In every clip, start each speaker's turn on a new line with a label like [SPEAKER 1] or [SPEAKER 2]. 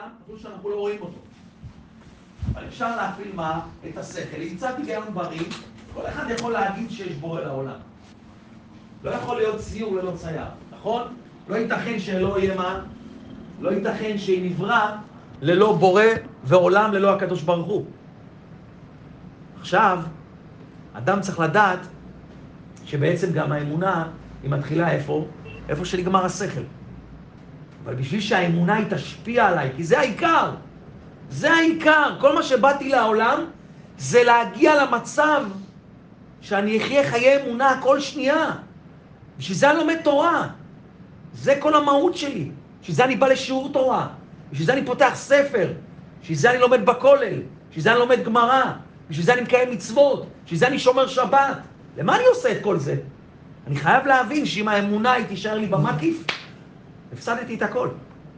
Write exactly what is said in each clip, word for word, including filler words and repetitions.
[SPEAKER 1] העולם, אפילו שאנחנו לא רואים אותו. אבל אפשר להפעיל מה? את השכל. אם קצת היגיון בריא, כל אחד יכול להגיד שיש בורא לעולם. לא יכול להיות ציור ללא צייר, נכון? לא ייתכן שלא יהיה מה? לא ייתכן שנברא ללא בורא ועולם ללא הקדוש ברוך הוא. עכשיו, אדם צריך לדעת שבעצם גם האמונה היא מתחילה איפה? איפה שנגמר השכל. אבל בשביל שהאמונה היא תשפיע עליי, כי זה העיקר. זה העיקר. כל מה שבאתי לעולם זה להגיע למצב שאני אחיה חיי אמונה כל שנייה. בשביל זה אני לומד תורה. זה כל המהות שלי. בשביל זה אני בא לשיעור תורה. בשביל זה אני פותח ספר. בשביל זה אני לומד בכולל. בשביל זה אני לומד גמרא. בשביל זה אני מקיים מצוות. בשביל זה אני שומר שבת. למה אני עושה את כל זה? אני חייב להבין שאם האמונה היא תישאר לי במקיף, הפסדתי את הכל.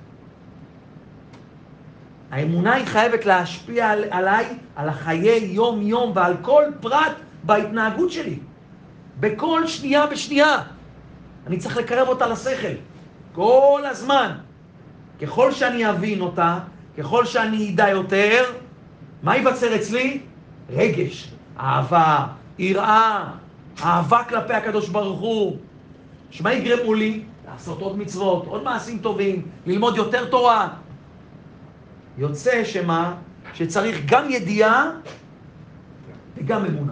[SPEAKER 1] האמונה היא חייבת להשפיע על, עליי, על החיי יום יום ועל כל פרט בהתנהגות שלי. בכל שנייה בשנייה. אני צריך לקרב אותה לשכל. כל הזמן. ככל שאני אבין אותה, ככל שאני אדע יותר, מה ייווצר אצלי? רגש, אהבה, יראה, אהבה כלפי הקדוש ברוך הוא. שמה יגרמו לי? לעשות עוד מצוות, עוד מעשים טובים, ללמוד יותר תורה. יוצא שמה? שצריך גם ידיעה וגם אמונה.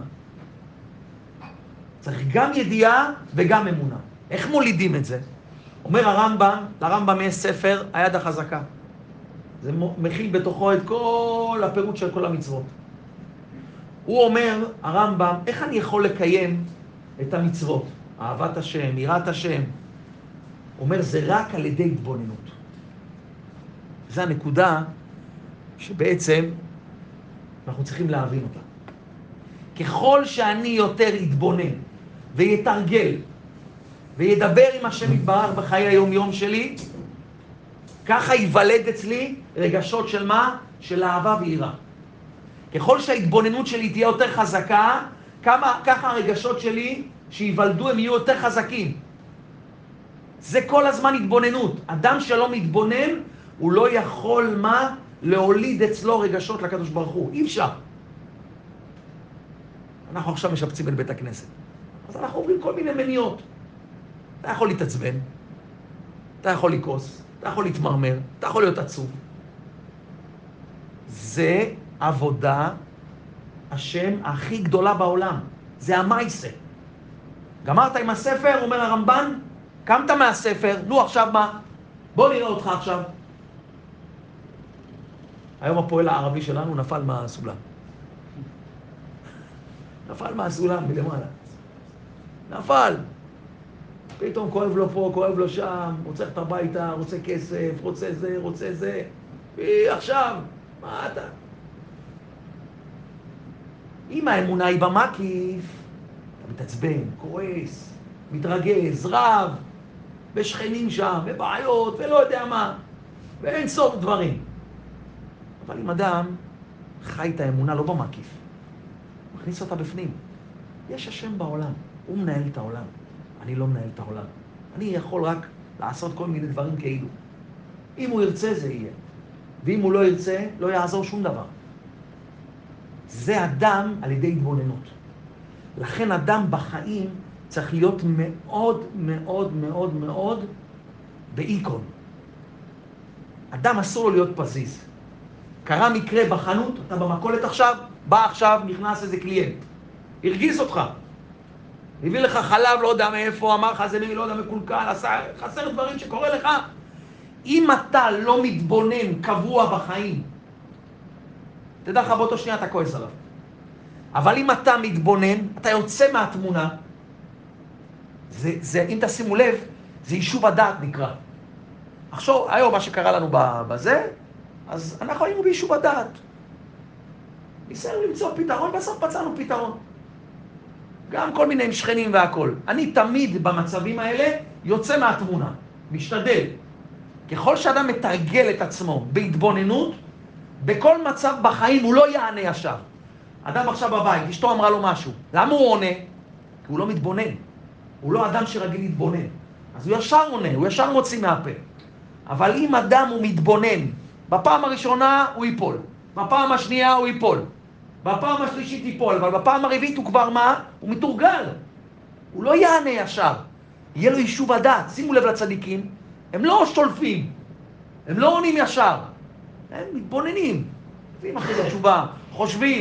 [SPEAKER 1] צריך גם ידיעה וגם אמונה. איך מולידים את זה? אומר הרמב"ם, לרמב"ם יש ספר, היד החזקה. זה מכיל בתוכו את כל הפירוט של כל המצוות. הוא אומר, הרמב"ם, איך אני יכול לקיים את המצוות? אהבת השם, יראת השם. הוא אומר, זה רק על ידי התבוננות. זו הנקודה שבעצם אנחנו צריכים להבין אותה. ככל שאני יותר יתבונן ויתרגל וידבר עם השם יתברך בחיי היום-יום שלי, ככה ייוולד אצלי רגשות של מה? של אהבה ויראה. ככל שההתבוננות שלי תהיה יותר חזקה, כמה, ככה הרגשות שלי שיוולדו הם יהיו יותר חזקים. זה כל הזמן התבוננות. אדם שלא מתבונן, הוא לא יכול מה? להוליד אצלו רגשות לקדוש ברוך הוא. אי אפשר. אנחנו עכשיו משפצים את בית הכנסת. אז אנחנו עוברים כל מיני מניעות. אתה יכול להתעצבן, אתה יכול לכעוס, אתה יכול להתמרמר, אתה יכול להיות עצוב. זה עבודה השם הכי גדולה בעולם. זה המייסה. גמרת עם הספר, אומר הרמב"ן, קמת מהספר, נו עכשיו מה? בוא נראה אותך עכשיו. היום הפועל הערבי שלנו נפל מהסולם. נפל מהסולם מלמעלה. נפל. פתאום כואב לו פה, כואב לו שם, רוצה את הביתה, רוצה כסף, רוצה זה, רוצה זה. ועכשיו, מה אתה? אם האמונה היא במקיף, אתה מתעצבן, כועס, מתרגז, רב, בשכנים שם, בבעיות, ולא יודע מה, ואין סוף דברים. אבל אם אדם חי את האמונה לא במקיף, מכניס אותה בפנים. יש השם בעולם, הוא מנהל את העולם. אני לא מנהל את העולם. אני יכול רק לעשות כל מיני דברים כאילו. אם הוא ירצה זה יהיה. ואם הוא לא ירצה, לא יעזור שום דבר. זה אדם על ידי התבוננות. לכן אדם בחיים צריך להיות מאוד מאוד מאוד מאוד באיקון. אדם אסור לו להיות פזיז. קרה מקרה בחנות, אתה במכולת עכשיו, בא עכשיו, נכנס איזה קליינט. הרגיז אותך. הביא לך חלב, לא יודע מאיפה, אמר לך זה מי, לא יודע מקולקל, חסר דברים שקורה לך. אם אתה לא מתבונן קבוע בחיים, תדע לך באותו שנייה אתה כועס עליו. אבל אם אתה מתבונן, אתה יוצא מהתמונה, זה, זה, אם תשימו לב, זה יישוב הדעת נקרא. עכשיו, היום מה שקרה לנו בזה, אז אנחנו היינו ביישוב הדעת. ניסינו למצוא פתרון, בסוף מצאנו פתרון. גם כל מיני שכנים והכל. אני תמיד במצבים האלה יוצא מהתמונה, משתדל. ככל שאדם מתרגל את עצמו בהתבוננות, בכל מצב בחיים הוא לא יענה ישר. אדם עכשיו בבית, אשתו אמרה לו משהו. למה הוא עונה? כי הוא לא מתבונן. הוא לא אדם שרגיל להתבונן. אז הוא ישר עונה, הוא ישר מוציא מהפה. אבל אם אדם הוא מתבונן, בפעם הראשונה הוא ייפול, בפעם השנייה הוא ייפול, בפעם השלישית ייפול, אבל בפעם הרביעית הוא כבר מה? הוא מתורגל. הוא לא יענה ישר. יהיה לו יישוב הדעת. שימו לב לצדיקים, הם לא שולפים, הם לא עונים ישר. הם מתבוננים, מביאים אחרי התשובה, חושבים.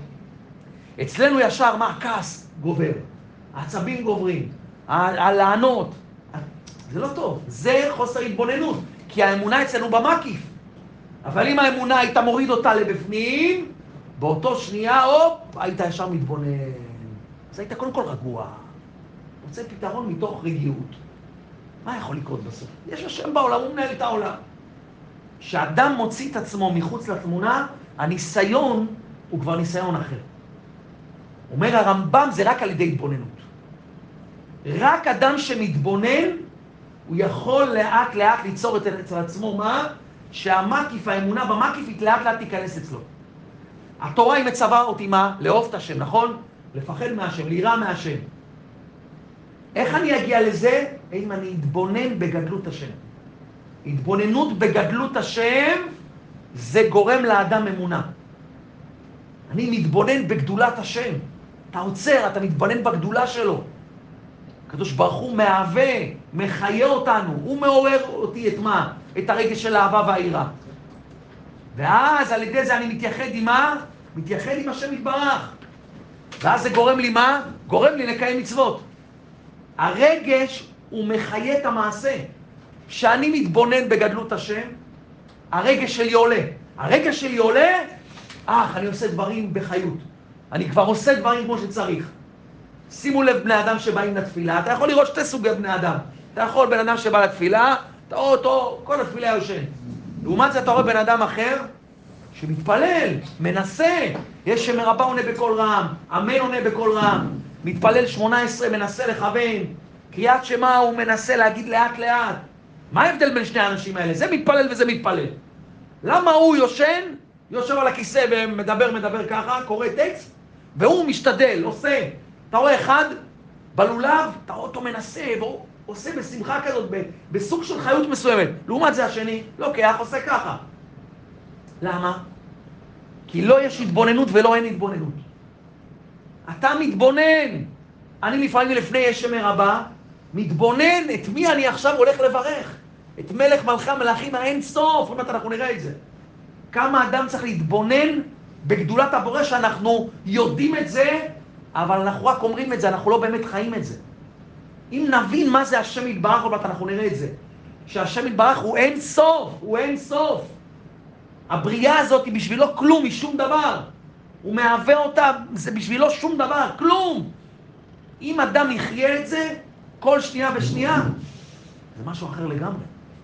[SPEAKER 1] אצלנו ישר מה? הכעס גובר, העצבים גוברים, הלענות. זה לא טוב, זה חוסר התבוננות, כי האמונה אצלנו במקיף. אבל אם האמונה הייתה מוריד אותה לבפנים, באותו שנייה, הופ, היית ישר מתבונן. אז היית קודם כל רגוע. רוצה פתרון מתוך רגיעות. מה יכול לקרות בסוף? יש השם בעולם, הוא מנהל את העולם. כשאדם מוציא את עצמו מחוץ לתמונה, הניסיון הוא כבר ניסיון אחר. אומר הרמב"ם, זה רק על ידי התבוננות. רק אדם שמתבונן, הוא יכול לאט לאט ליצור את אצל עצמו מה? שהמקיף, האמונה במקיף, לאט לאט תיכנס אצלו. התורה היא מצווה אותי מה? לאהוב את השם, נכון? לפחד מהשם, ליראה מהשם. איך אני אגיע לזה? אם אני אתבונן בגדלות השם. התבוננות בגדלות השם, זה גורם לאדם אמונה. אני מתבונן בגדולת השם. אתה עוצר, אתה מתבונן בגדולה שלו. הקדוש ברוך הוא מהווה, מחיה אותנו. הוא מעורר אותי את מה? את הרגש של האהבה והיראה. ואז על ידי זה אני מתייחד עם מה? מתייחד עם השם יתברך. ואז זה גורם לי מה? גורם לי לקיים מצוות. הרגש הוא מחיה את המעשה. כשאני מתבונן בגדלות השם, הרגש שלי עולה. הרגש שלי עולה, אך, אני עושה דברים בחיות. אני כבר עושה דברים כמו שצריך. שימו לב בני אדם שבאים לתפילה. אתה יכול לראות שתי סוגי בני אדם. אתה יכול בן אדם שבא לתפילה, אתה רואה אותו, כל התפילה יושן. לעומת זה אתה רואה בן אדם אחר, שמתפלל, מנסה. יש שמרבה עונה בכל רם, אמן עונה בכל רם. מתפלל שמונה עשרה, מנסה לכוון. קריאת שמה הוא מנסה להגיד לאט לאט. מה ההבדל בין שני האנשים האלה? זה מתפלל וזה מתפלל. למה הוא יושן, יושב על הכיסא ומדבר, מדבר ככה, קורא טקסט, והוא משתדל, עושה. אתה רואה אחד בלולב, אתה רואה אותו מנסה, והוא עושה בשמחה כזאת, בסוג של חיות מסוימת. לעומת זה השני, לוקח, עושה ככה. למה? כי לא יש התבוננות ולא אין התבוננות. אתה מתבונן. אני לפעמים לפני יש מרבה, מתבונן את מי אני עכשיו הולך לברך. את מלך מלכי המלכים האין סוף. עוד מעט אנחנו נראה את זה. כמה אדם צריך להתבונן בגדולת הבורא שאנחנו יודעים את זה, אבל אנחנו רק אומרים את זה, אנחנו לא באמת חיים את זה. אם נבין מה זה השם יתברך, עוד מעט אנחנו נראה את זה. שהשם יתברך הוא אין סוף, הוא אין סוף. הבריאה הזאת היא בשבילו כלום, היא שום דבר. הוא מהווה אותה, זה בשבילו שום דבר, כלום. אם אדם יחיה את זה, כל שנייה ושנייה, זה משהו אחר לגמרי.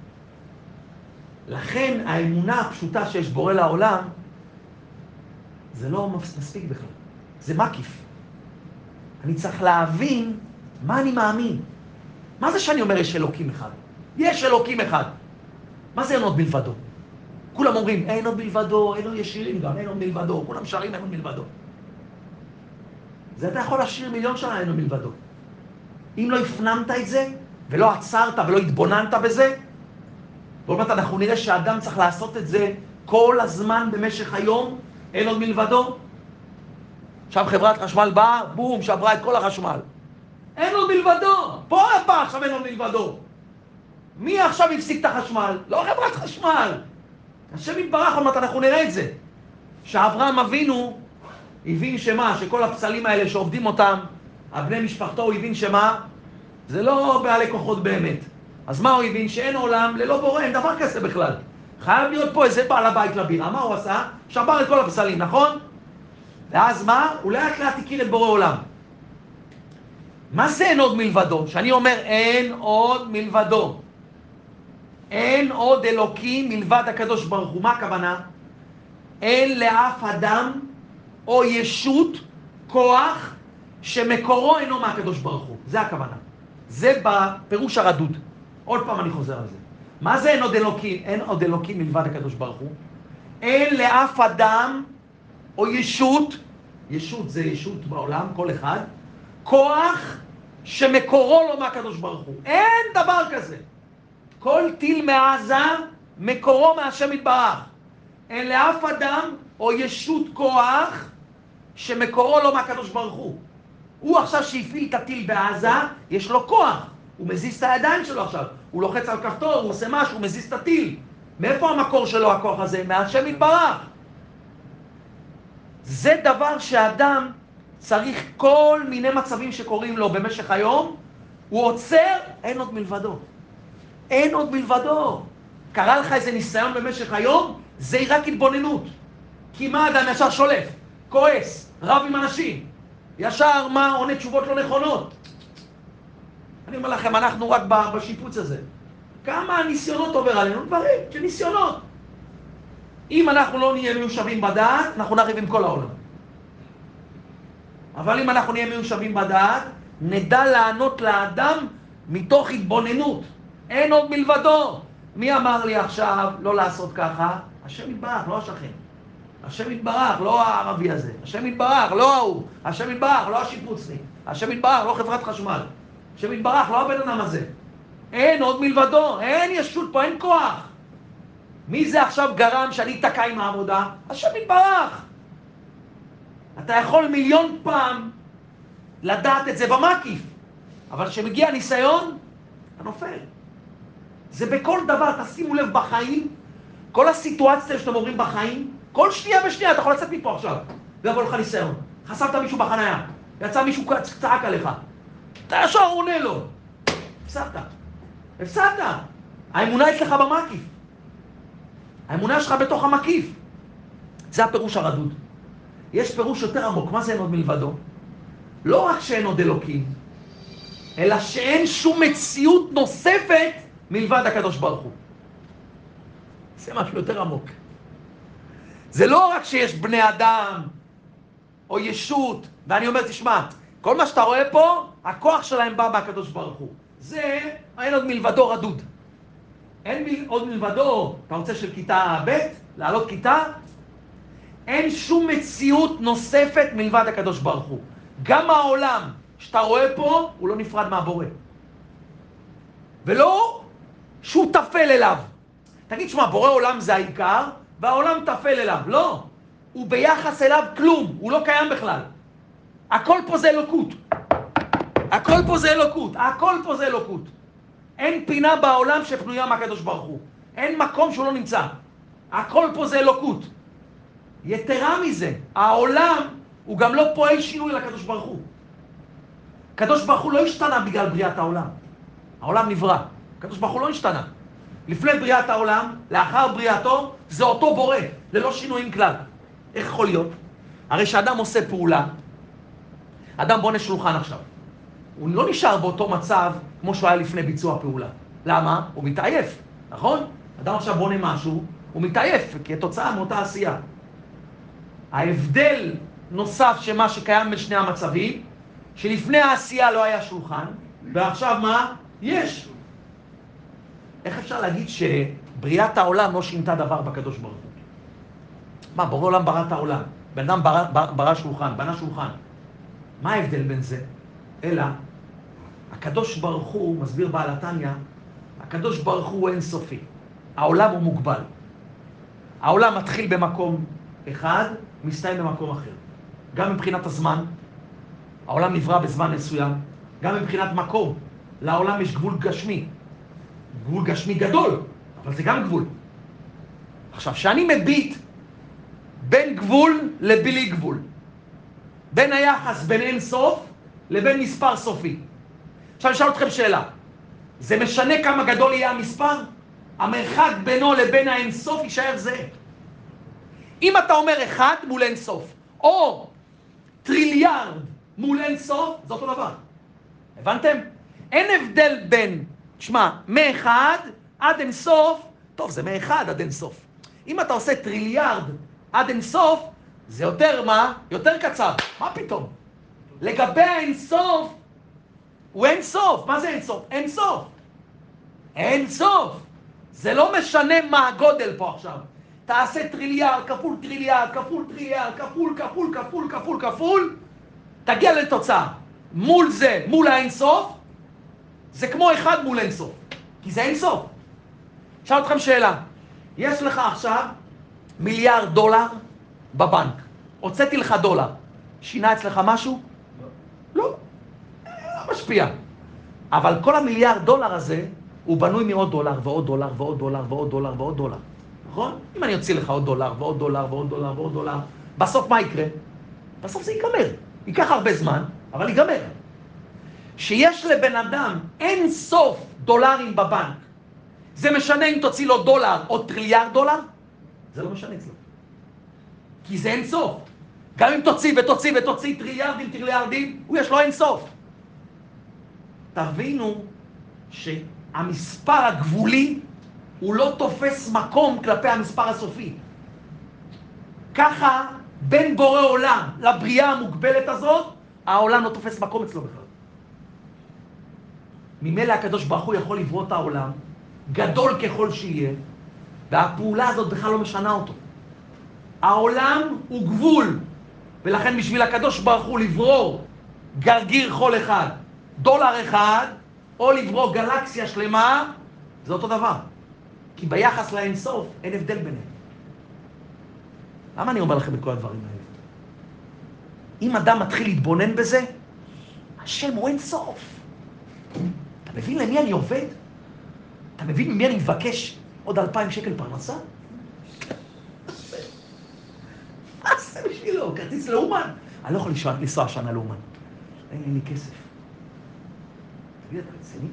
[SPEAKER 1] לכן האמונה הפשוטה שיש בורא לעולם, זה לא מספיק בכלל. זה מקיף. אני צריך להבין מה אני מאמין. מה זה שאני אומר יש אלוקים אחד? יש אלוקים אחד. מה זה אין עוד מלבדו? כולם אומרים, אין עוד מלבדו, אין עוד ישירים גם, אין עוד מלבדו. כולם שרים אין עוד מלבדו. זה אתה יכול לשיר מיליון שנה אין עוד מלבדו. אם לא הפנמת את זה, ולא עצרת ולא התבוננת בזה, ועוד מעט אנחנו נראה שהאדם צריך לעשות את זה כל הזמן במשך היום, אין עוד מלבדו. עכשיו חברת חשמל באה, בום, שברה את כל החשמל. אין עוד מלבדו, פה הבא עכשיו אין עוד מלבדו. מי עכשיו הפסיק את החשמל? לא חברת חשמל. השם יתברך, עוד מעט אנחנו נראה את זה. שאברהם אבינו הבין שמה, שכל הפסלים האלה שעובדים אותם, הבני משפחתו, הוא הבין שמה, זה לא בעלי כוחות באמת. אז מה הוא הבין? שאין עולם ללא בורא, אין דבר כזה בכלל. חייב להיות פה איזה בעל הבית לבירה. מה הוא עשה? שבר את כל הפסלים, נכון? ואז מה? הוא לאט לאט הכיר את בורא עולם. מה זה אין עוד מלבדו? שאני אומר אין עוד מלבדו. אין עוד אלוקים מלבד הקדוש ברוך הוא. מה הכוונה? אין לאף אדם או ישות כוח שמקורו אינו מהקדוש ברוך הוא. זה הכוונה. זה בפירוש הרדוד. עוד פעם אני חוזר על זה. מה זה אין עוד אלוקים? אין עוד אלוקים מלבד הקדוש ברוך הוא. אין לאף אדם או ישות, ישות זה ישות בעולם, כל אחד, כוח שמקורו לא מהקדוש ברוך הוא. אין דבר כזה. כל טיל מעזה מקורו מהשם יתברך. אין לאף אדם או ישות כוח שמקורו לא מהקדוש ברוך הוא. הוא עכשיו שהפעיל את הטיל בעזה, יש לו כוח. הוא מזיז את הידיים שלו עכשיו. הוא לוחץ על כפתור, הוא עושה משהו, הוא מזיז את הטיל. מאיפה המקור שלו הכוח הזה? מהשם יתברך. זה דבר שאדם צריך כל מיני מצבים שקורים לו במשך היום, הוא עוצר, אין עוד מלבדו. אין עוד מלבדו. קרה לך איזה ניסיון במשך היום, זה רק התבוננות. כי מה אדם ישר שולף, כועס, רב עם אנשים, ישר מה עונה תשובות לא נכונות. אני אומר לכם, אנחנו רק בשיפוץ הזה. כמה ניסיונות עובר עלינו? דברים שניסיונות. אם אנחנו לא נהיה מיושבים בדעת, אנחנו נריב עם כל העולם. אבל אם אנחנו נהיה מיושבים בדעת, נדע לענות לאדם מתוך התבוננות. אין עוד מלבדו. מי אמר לי עכשיו לא לעשות ככה? השם יתברך, לא השכן. השם יתברך, לא הערבי הזה. השם יתברך, לא ההוא. השם יתברך, לא השיפוצניק. השם יתברך, לא חברת חשמל. השם יתברך, לא הבן אדם הזה. אין עוד מלבדו. אין ישות פה, אין כוח. מי זה עכשיו גרם שאני אתקע עם העבודה? השם יתברך. אתה יכול מיליון פעם לדעת את זה במקיף, אבל כשמגיע ניסיון, אתה נופל. זה בכל דבר, תשימו לב בחיים, כל הסיטואציה שאתם עוברים בחיים, כל שנייה ושנייה אתה יכול לצאת מפה עכשיו, ויבוא לך ניסיון. חסמת מישהו בחניה, יצא מישהו צעק עליך, אתה ישר עונה לו. הפסדת. הפסדת. האמונה אצלך במקיף. האמונה שלך בתוך המקיף. זה הפירוש הרדוד. יש פירוש יותר עמוק. מה זה אין עוד מלבדו? לא רק שאין עוד אלוקים, אלא שאין שום מציאות נוספת מלבד הקדוש ברוך הוא. זה משהו יותר עמוק. זה לא רק שיש בני אדם או ישות, ואני אומר, תשמע, כל מה שאתה רואה פה, הכוח שלהם בא מהקדוש ברוך הוא. זה אין עוד מלבדו רדוד. אין עוד מלבדו, אתה רוצה של כיתה ב', לעלות כיתה, אין שום מציאות נוספת מלבד הקדוש ברוך הוא. גם העולם שאתה רואה פה, הוא לא נפרד מהבורא. ולא שהוא תפל אליו. תגיד, שמה, בורא עולם זה העיקר, והעולם תפל אליו. לא. הוא ביחס אליו כלום, הוא לא קיים בכלל. הכל פה זה אלוקות. הכל פה זה אלוקות. הכל פה זה אלוקות. אין פינה בעולם שפנויה מהקדוש ברוך הוא. אין מקום שהוא לא נמצא. הכל פה זה אלוקות. יתרה מזה, העולם הוא גם לא פועל שינוי לקדוש ברוך הוא. הקדוש ברוך הוא לא השתנה בגלל בריאת העולם. העולם נברא. הקדוש ברוך הוא לא השתנה. לפני בריאת העולם, לאחר בריאתו, זה אותו בורא, ללא שינויים כלל. איך יכול להיות? הרי שאדם עושה פעולה, אדם בונה שולחן עכשיו. הוא לא נשאר באותו מצב כמו שהוא היה לפני ביצוע פעולה. למה? הוא מתעייף, נכון? אדם עכשיו בונה משהו, הוא מתעייף, כתוצאה מאותה עשייה. ההבדל נוסף שמה שקיים בין שני המצבים, שלפני העשייה לא היה שולחן, ועכשיו מה? יש. איך אפשר להגיד שבריאת העולם לא שינתה דבר בקדוש ברוך הוא? מה, בורא עולם ברא את העולם, בן אדם ברא, ברא שולחן, בנה שולחן. מה ההבדל בין זה? אלא, הקדוש ברוך הוא, מסביר בעל התניא, הקדוש ברוך הוא אינסופי. העולם הוא מוגבל. העולם מתחיל במקום אחד, מסתיים במקום אחר. גם מבחינת הזמן, העולם נברא בזמן מסוים, גם מבחינת מקום, לעולם יש גבול גשמי. גבול גשמי גדול, אבל זה גם גבול. עכשיו, שאני מביט בין גבול לבלי גבול, בין היחס בין אין סוף לבין מספר סופי. עכשיו, אני אשאל אתכם שאלה. זה משנה כמה גדול יהיה המספר? המרחק בינו לבין האין סוף יישאר זה. אם אתה אומר אחד מול אין סוף, או טריליארד מול אין סוף, זה אותו דבר. הבנתם? אין הבדל בין, תשמע, מאחד עד אין סוף, טוב, זה מאחד עד אין סוף. אם אתה עושה טריליארד עד אין סוף, זה יותר מה? יותר קצר. מה פתאום? לגבי האין סוף, הוא אין סוף. מה זה אין סוף? אין סוף. אין סוף. זה לא משנה מה הגודל פה עכשיו. תעשה טריליארד, כפול טריליארד, כפול טריליארד, כפול, כפול, כפול, כפול, כפול, תגיע לתוצאה. מול זה, מול האין סוף, זה כמו אחד מול אין סוף. כי זה אין סוף. שאל אתכם שאלה. יש לך עכשיו מיליארד דולר בבנק. הוצאתי לך דולר. שינה אצלך משהו? לא. לא. לא משפיע. אבל כל המיליארד דולר הזה, הוא בנוי מעוד דולר ועוד דולר ועוד דולר ועוד דולר ועוד דולר. נכון? אם אני אוציא לך עוד דולר ועוד דולר ועוד דולר ועוד דולר, בסוף מה יקרה? בסוף זה ייגמר. ייקח הרבה זמן, אבל ייגמר. שיש לבן אדם אין סוף דולרים בבנק. זה משנה אם תוציא לו דולר או טריליארד דולר? זה לא משנה אצלו. כי זה אין סוף. גם אם תוציא ותוציא ותוציא טריליארדים, טריליארדים, הוא יש לו אין סוף. תבינו שהמספר הגבולי הוא לא תופס מקום כלפי המספר הסופי. ככה בין בורא עולם לבריאה המוגבלת הזאת, העולם לא תופס מקום אצלו בכלל. ממילא הקדוש ברוך הוא יכול לברוא את העולם, גדול ככל שיהיה, והפעולה הזאת בכלל לא משנה אותו. העולם הוא גבול, ולכן בשביל הקדוש ברוך הוא לברוא גרגיר חול אחד, דולר אחד, או לברוא גלקסיה שלמה, זה אותו דבר. כי ביחס לאינסוף אין הבדל ביניהם. למה אני אומר לכם את כל הדברים האלה? אם אדם מתחיל להתבונן בזה, השם הוא אינסוף. אתה מבין למי אני עובד? אתה מבין ממי אני מבקש עוד אלפיים שקל פרנסה? מה זה בשבילו? כרטיס לאומן? אני לא יכול לנסוע שנה לאומן. אין לי כסף. תגיד, אתה רציני?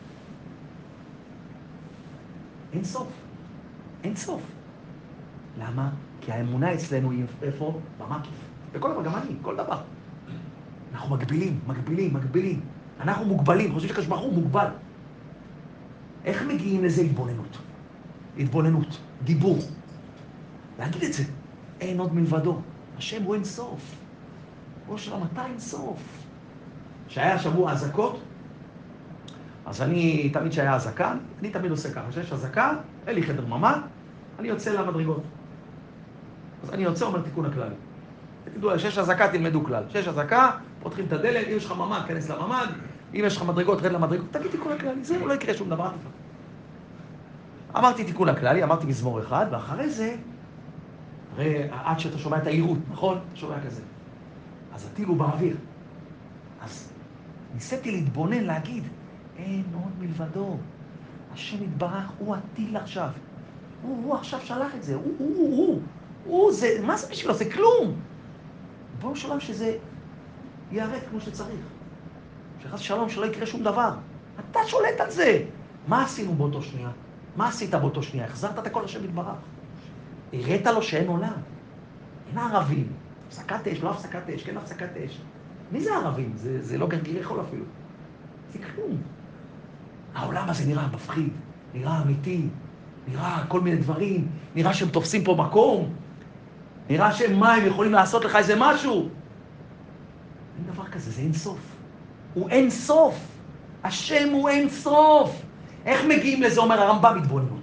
[SPEAKER 1] אין סוף. אין סוף. למה? כי האמונה אצלנו היא איפה? במקיף. בכל דבר, גם אני, כל דבר. אנחנו מגבילים, מגבילים, מגבילים. אנחנו מוגבלים, חושבים שקדוש ברוך הוא מוגבל. איך מגיעים לזה? התבוננות. התבוננות, דיבור. להגיד את זה. אין עוד מלבדו. השם הוא אין סוף. ראש של המטה אין סוף. שהיה שבוע הזקות, אז אני, תמיד שהיה הזקה, אני תמיד עושה ככה. כשיש הזקה, אין לי חדר ממ"ד, אני יוצא למדרגות. אז אני יוצא, אומר תיקון הכללי. תדעו, כשיש הזקה תלמדו כלל. כשיש הזקה, פותחים את הדלת, אם יש לך ממ"ד, כנס לממ"ד, אם יש לך מדרגות, רד למדרגות, תגיד תיקון הכללי, זהו, לא יקרה שום דבר. אמרתי תיקון הכללי, אמרתי מזמור אחד, ואחרי זה, הרי עד שאתה שומע את העירות, נכון? אתה שומע כזה. אז הטיל הוא באוויר. אז ניסיתי להתבונן, להגיד, אין עוד מלבדו. השם יתברך, הוא הטיל עכשיו. הוא, הוא עכשיו שלח את זה, הוא, הוא, הוא, הוא. הוא, זה, מה זה בשבילו? זה כלום. בואו שלום שזה יערק כמו שצריך. שחס שלום שלא יקרה שום דבר. אתה שולט על זה. מה עשינו באותו שנייה? מה עשית באותו שנייה? החזרת את הכל השם יתברך. הראת לו שאין עולם. אין ערבים. הפסקת אש, לא הפסקת אש, כן הפסקת אש. מי זה ערבים? זה, זה לא גרגירי חול אפילו. זה כלום. העולם הזה נראה מפחיד, נראה אמיתי, נראה כל מיני דברים, נראה שהם תופסים פה מקום, נראה שהם מה, הם יכולים לעשות לך איזה משהו. אין דבר כזה, זה אין סוף. הוא אין סוף. השם הוא אין סוף. איך מגיעים לזה, אומר הרמב"ם, התבוננות.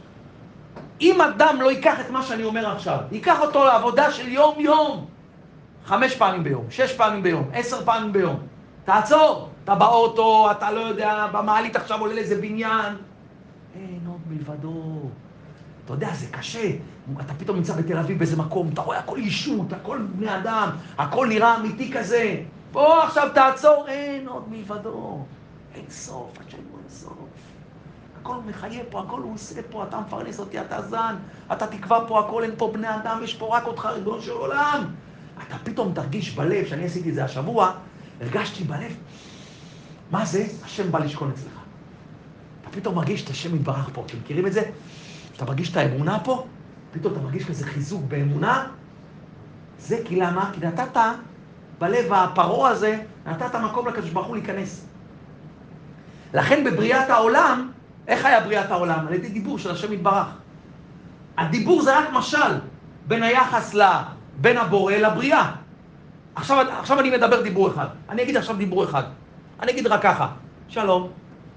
[SPEAKER 1] אם אדם לא ייקח את מה שאני אומר עכשיו, ייקח אותו לעבודה של יום יום, חמש פעמים ביום, שש פעמים ביום, עשר פעמים ביום, תעצור, אתה באוטו, אתה לא יודע, במעלית עכשיו עולה לאיזה בניין, אין עוד מלבדו. אתה יודע, זה קשה, אתה פתאום נמצא בתל אביב באיזה מקום, אתה רואה הכל אישות, הכל בני אדם, הכל נראה אמיתי כזה, בוא עכשיו תעצור, אין עוד מלבדו, אין סוף, השם הוא אין סוף. הכל מחיה פה, הכל הוא עושה פה, אתה מפרנס אותי, אתה זן, אתה תקווה פה, הכל אין פה בני אדם, יש פה רק אותך, ריבונו של עולם. אתה פתאום תרגיש בלב, שאני עשיתי את זה השבוע, הרגשתי בלב, מה זה? השם בא לשכון אצלך. אתה פתאום מרגיש את השם יתברך פה, אתם מכירים את זה? אתה מרגיש את האמונה פה, פתאום אתה מרגיש כזה חיזוק באמונה, זה כי למה? כי נתת בלב הפרעה הזה, נתת מקום לקדוש ברוך הוא להיכנס. לכן בבריאת העולם, איך היה בריאת העולם? על ידי דיבור של השם יתברך. הדיבור זה רק משל בין היחס ל... בין הבורא לבריאה. עכשיו, עכשיו אני מדבר דיבור אחד. אני אגיד עכשיו דיבור אחד. אני אגיד רק ככה. שלום.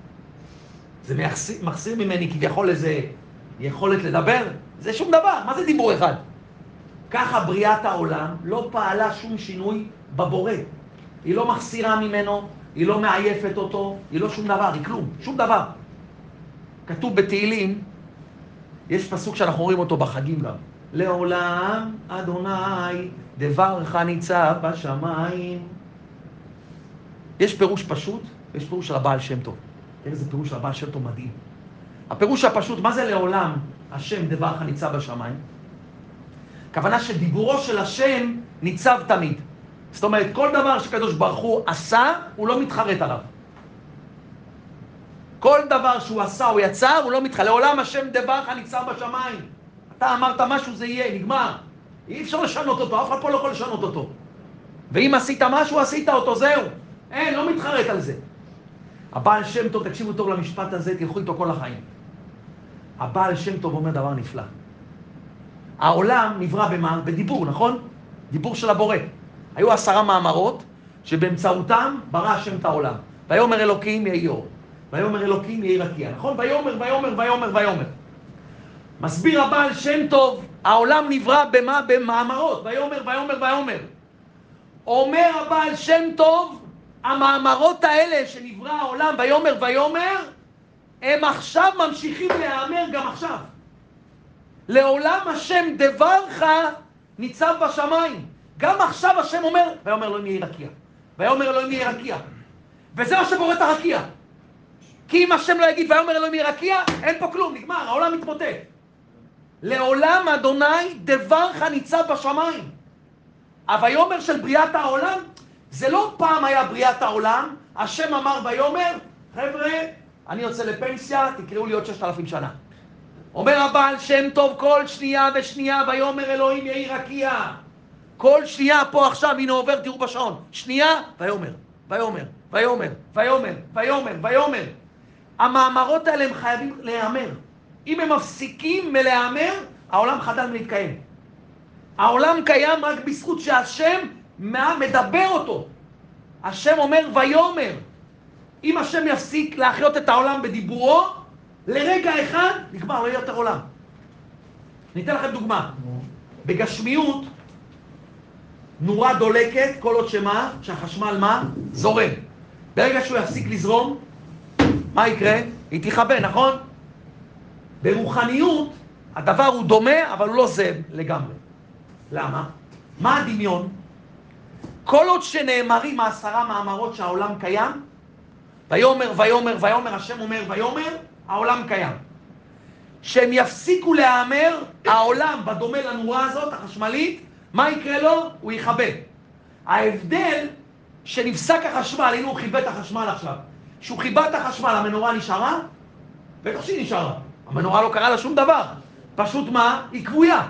[SPEAKER 1] זה מחסיר, מחסיר ממני כביכול איזה יכולת לדבר? זה שום דבר. מה זה דיבור אחד? ככה בריאת העולם לא פעלה שום שינוי בבורא. היא לא מחסירה ממנו, היא לא מעייפת אותו, היא לא שום דבר, היא כלום, שום דבר. כתוב בתהילים, יש פסוק שאנחנו רואים אותו בחגים גם. לעולם אדוני דברך ניצב בשמיים. יש פירוש פשוט, ויש פירוש של הבעל שם טוב. תראה איזה פירוש של הבעל שם טוב מדהים. הפירוש הפשוט, מה זה לעולם השם דברך ניצב בשמיים? הכוונה שדיבורו של השם ניצב תמיד. זאת אומרת, כל דבר שקדוש ברוך הוא עשה, הוא לא מתחרט עליו. כל דבר שהוא עשה, הוא יצר, הוא לא מתחרט. לעולם השם דברך ניצב בשמיים. אתה אמרת משהו, זה יהיה, נגמר. אי אפשר לשנות אותו, אף אחד פה לא יכול לשנות אותו. ואם עשית משהו, עשית אותו, זהו. אין, לא מתחרט על זה. הבעל שם טוב, תקשיבו טוב למשפט הזה, תלכו איתו כל החיים. הבעל שם טוב אומר דבר נפלא. העולם נברא במה? בדיבור, נכון? דיבור של הבורא. היו עשרה מאמרות שבאמצעותם ברא השם את העולם. ויאמר אלוקים יהי אור. ויאמר אלוקים יהי רקיע. נכון? ויאמר, ויאמר, ויאמר, ויאמר. מסביר הבעל שם טוב, העולם נברא במה? במאמרות. ויאמר, ויאמר, ויאמר. אומר הבעל שם טוב, המאמרות האלה שנברא העולם, ויאמר, ויאמר, הם עכשיו ממשיכים להיאמר גם עכשיו. לעולם השם דברך ניצב בשמיים. גם עכשיו השם אומר, ויאמר אלוהים יהי רקיע. ויאמר אלוהים יהי רקיע. וזה מה שבורא את הרקיע. כי אם השם לא יגיד ויאמר אלוהים יהי רקיע, אין פה כלום, נגמר, העולם מתמוטט. לעולם אדוני דברך ניצב בשמיים. הויאמר של בריאת העולם, זה לא פעם היה בריאת העולם, השם אמר ויאמר, חבר'ה, אני יוצא לפנסיה, תקראו לי עוד ששת אלפים שנה. אומר הבעל שם טוב, כל שנייה ושנייה, ויאמר אלוהים יהי רקיע. כל שנייה פה עכשיו, הנה עובר, תראו בשעון. שנייה, ויאמר, ויאמר, ויאמר, ויאמר, ויאמר, ויאמר. המאמרות האלה הם חייבים להיאמר. אם הם מפסיקים מלהיאמר, העולם חדל מלהתקיים. העולם קיים רק בזכות שהשם מדבר אותו. השם אומר ויאמר. אם השם יפסיק להחיות את העולם בדיבורו, לרגע אחד נגמר, לא יהיה יותר עולם. ניתן לכם דוגמה. בגשמיות, נורה דולקת, כל עוד שמה, שהחשמל מה? זורם. ברגע שהוא יפסיק לזרום, מה יקרה? היא תיכבה, נכון? ברוחניות, הדבר הוא דומה, אבל הוא לא זהה לגמרי. למה? מה הדמיון? כל עוד שנאמרים העשרה מאמרות שהעולם קיים, ויאמר, ויאמר, ויאמר, השם אומר, ויאמר, העולם קיים. שהם יפסיקו להיאמר, העולם, בדומה לנורה הזאת, החשמלית, מה יקרה לו? הוא יכבה. ההבדל שנפסק החשמל, הנה הוא חיבה את החשמל עכשיו. שהוא חיבה את החשמל, המנורה נשארה? בטח שהיא נשארה. המנורה לא קרה לה שום דבר. פשוט מה? היא קבויה.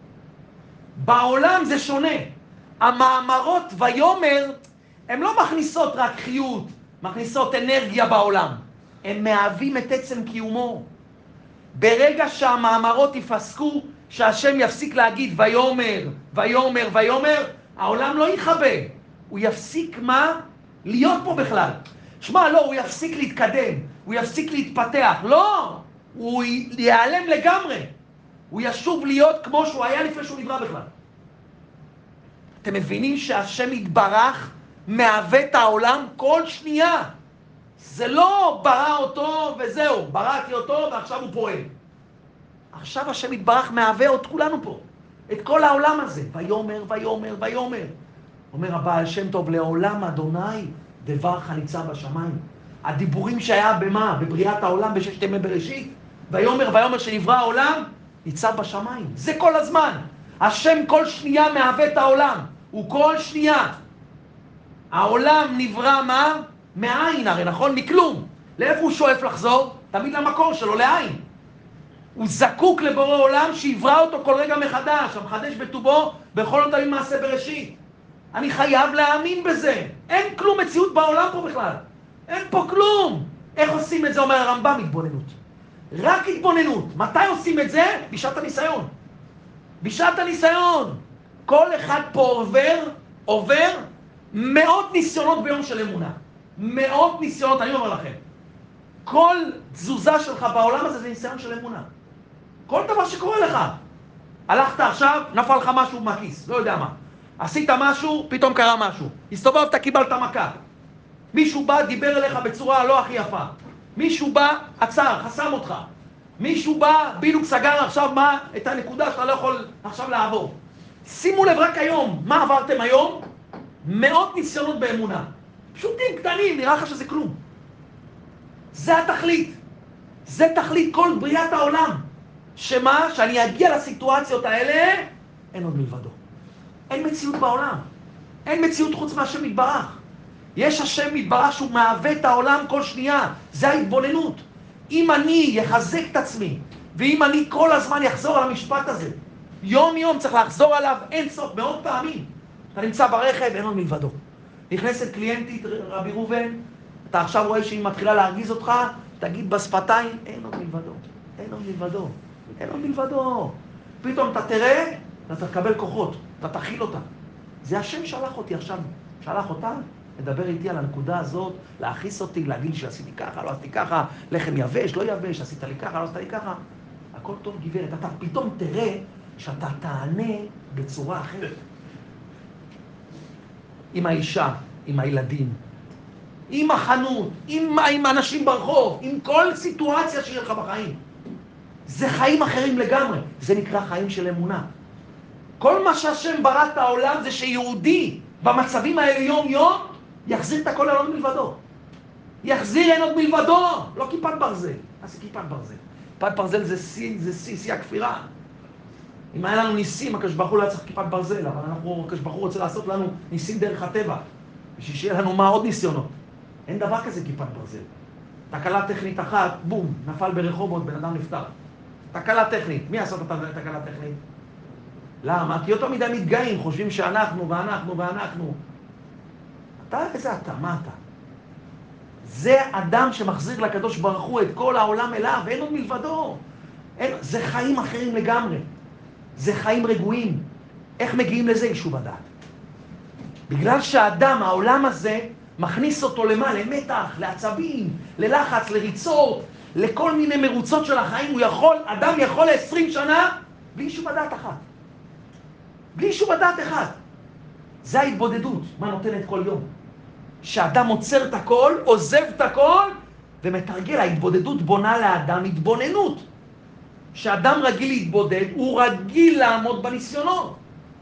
[SPEAKER 1] בעולם זה שונה. המאמרות ויאמר, הן לא מכניסות רק חיות, מכניסות אנרגיה בעולם. הם מהווים את עצם קיומו. ברגע שהמאמרות יפסקו, שהשם יפסיק להגיד ויאמר, ויאמר, ויאמר, העולם לא יכבה. הוא יפסיק מה? להיות פה בכלל. שמע, לא, הוא יפסיק להתקדם, הוא יפסיק להתפתח. לא, הוא ייעלם לגמרי. הוא ישוב להיות כמו שהוא היה לפני שהוא נברא בכלל. אתם מבינים שהשם יתברך מהווה את העולם כל שנייה. זה לא ברא אותו וזהו, בראתי אותו ועכשיו הוא פועל. עכשיו השם יתברך מהווה את כולנו פה, את כל העולם הזה. ויאמר, ויאמר, ויאמר. אומר הבעל שם טוב, לעולם אדוני דברך ניצב בשמיים. הדיבורים שהיה במה? בבריאת העולם בששת ימי בראשית. ויאמר, ויאמר שנברא העולם, ניצב בשמיים. זה כל הזמן. השם כל שנייה מהווה את העולם. הוא כל שנייה. העולם נברא מה? מעין, הרי נכון? מכלום. לאיפה הוא שואף לחזור? תמיד למקור שלו, לעין. הוא זקוק לבורא עולם שיברא אותו כל רגע מחדש, המחדש בטובו בכל אותם מעשה בראשית. אני חייב להאמין בזה. אין כלום מציאות בעולם פה בכלל. אין פה כלום. איך עושים את זה? אומר הרמב"ם, התבוננות. רק התבוננות. מתי עושים את זה? בשעת הניסיון. בשעת הניסיון. כל אחד פה עובר, עובר מאות ניסיונות ביום של אמונה. מאות ניסיונות, אני אומר לכם. כל תזוזה שלך בעולם הזה זה ניסיון של אמונה. כל דבר שקורה לך. הלכת עכשיו, נפל לך משהו מהכיס, לא יודע מה. עשית משהו, פתאום קרה משהו. הסתובבת, קיבלת מכה. מישהו בא, דיבר אליך בצורה לא הכי יפה. מישהו בא, עצר, חסם אותך. מישהו בא, בדיוק סגר עכשיו מה? את הנקודה שאתה לא יכול עכשיו לעבור. שימו לב רק היום, מה עברתם היום? מאות ניסיונות באמונה. פשוטים, קטנים, נראה לך שזה כלום. זה התכלית. זה תכלית כל בריאת העולם. שמה? שאני אגיע לסיטואציות האלה, אין עוד מלבדו. אין מציאות בעולם. אין מציאות חוץ מהשם יתברך. יש השם יתברך שהוא מהווה את העולם כל שנייה. זה ההתבוננות. אם אני יחזק את עצמי, ואם אני כל הזמן יחזור על המשפט הזה, יום יום צריך לחזור עליו אין סוף, מאות פעמים. אתה נמצא ברכב, אין עוד מלבדו. נכנסת קליינטית, רבי ראובן, אתה עכשיו רואה שהיא מתחילה להרגיז אותך, תגיד בשפתיים, אין עוד מלבדו. אין עוד מלבדו. אין עוד מלבדו. פתאום אתה תראה, אתה תקבל כוחות, אתה תכיל אותה. זה השם שלח אותי עכשיו. שלח אותה, לדבר איתי על הנקודה הזאת, להכיס אותי, להגיד שעשיתי ככה, לא עשיתי ככה, לחם יבש, לא יבש, עשית לי ככה, לא עשית לי ככה. הכל טוב גברת, אתה פתאום תראה שאתה תענה בצורה אחרת. עם האישה, עם הילדים, עם החנות, עם, עם אנשים ברחוב, עם כל סיטואציה שיהיה לך בחיים. זה חיים אחרים לגמרי, זה נקרא חיים של אמונה. כל מה שהשם ברא את העולם זה שיהודי במצבים האלה יום יום יחזיר את הכל על עוד מלבדו. יחזיר אין עוד מלבדו, לא כיפת ברזל. מה זה כיפת ברזל? כיפת ברזל זה שיא, זה שיא, שיא הכפירה. אם היה לנו ניסים, הקדוש ברוך הוא לא היה צריך כיפת ברזל, אבל אנחנו, הקדוש ברוך הוא רוצה לעשות לנו ניסים דרך הטבע. בשביל שיהיה לנו מה עוד ניסיונות. אין דבר כזה כיפת ברזל. תקלה טכנית אחת, בום, נפל ברחובות, בן אדם נפטר. תקלה טכנית. מי עשה את התקלה טכנית? למה? כי יותר מדי מתגאים, חושבים שאנחנו ואנחנו ואנחנו. אתה, איזה אתה? מה אתה? זה אדם שמחזיר לקדוש ברוך הוא את כל העולם אליו, אין עוד מלבדו. אין, זה חיים אחרים לגמרי. זה חיים רגועים. איך מגיעים לזה? יישוב הדעת. בגלל שהאדם, העולם הזה, מכניס אותו למה? למתח, לעצבים, ללחץ, לריצות, לכל מיני מרוצות של החיים. הוא יכול, אדם יכול ל-עשרים שנה בלי יישוב הדעת אחת. בלי יישוב הדעת אחד. זה ההתבודדות, מה נותנת כל יום. שאדם עוצר את הכל, עוזב את הכל, ומתרגל. ההתבודדות בונה לאדם התבוננות. שאדם רגיל להתבודד, הוא רגיל לעמוד בניסיונות.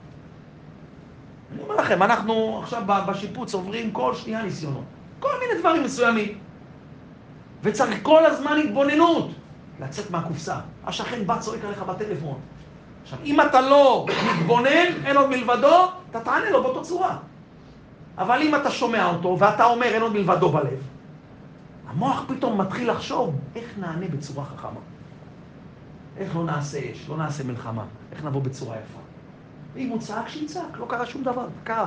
[SPEAKER 1] אני אומר לכם, אנחנו עכשיו בשיפוץ עוברים כל שנייה ניסיונות. כל מיני דברים מסוימים. וצריך כל הזמן התבוננות. לצאת מהקופסה. השכן בא צועק עליך בטלפון. עכשיו, אם אתה לא מתבונן, אין עוד מלבדו, אתה תענה לו באותו צורה. אבל אם אתה שומע אותו, ואתה אומר אין עוד מלבדו בלב, המוח פתאום מתחיל לחשוב, איך נענה בצורה חכמה? איך לא נעשה אש, לא נעשה מלחמה, איך נבוא בצורה יפה? ואם הוא צעק, שיצעק, לא קרה שום דבר, קרה.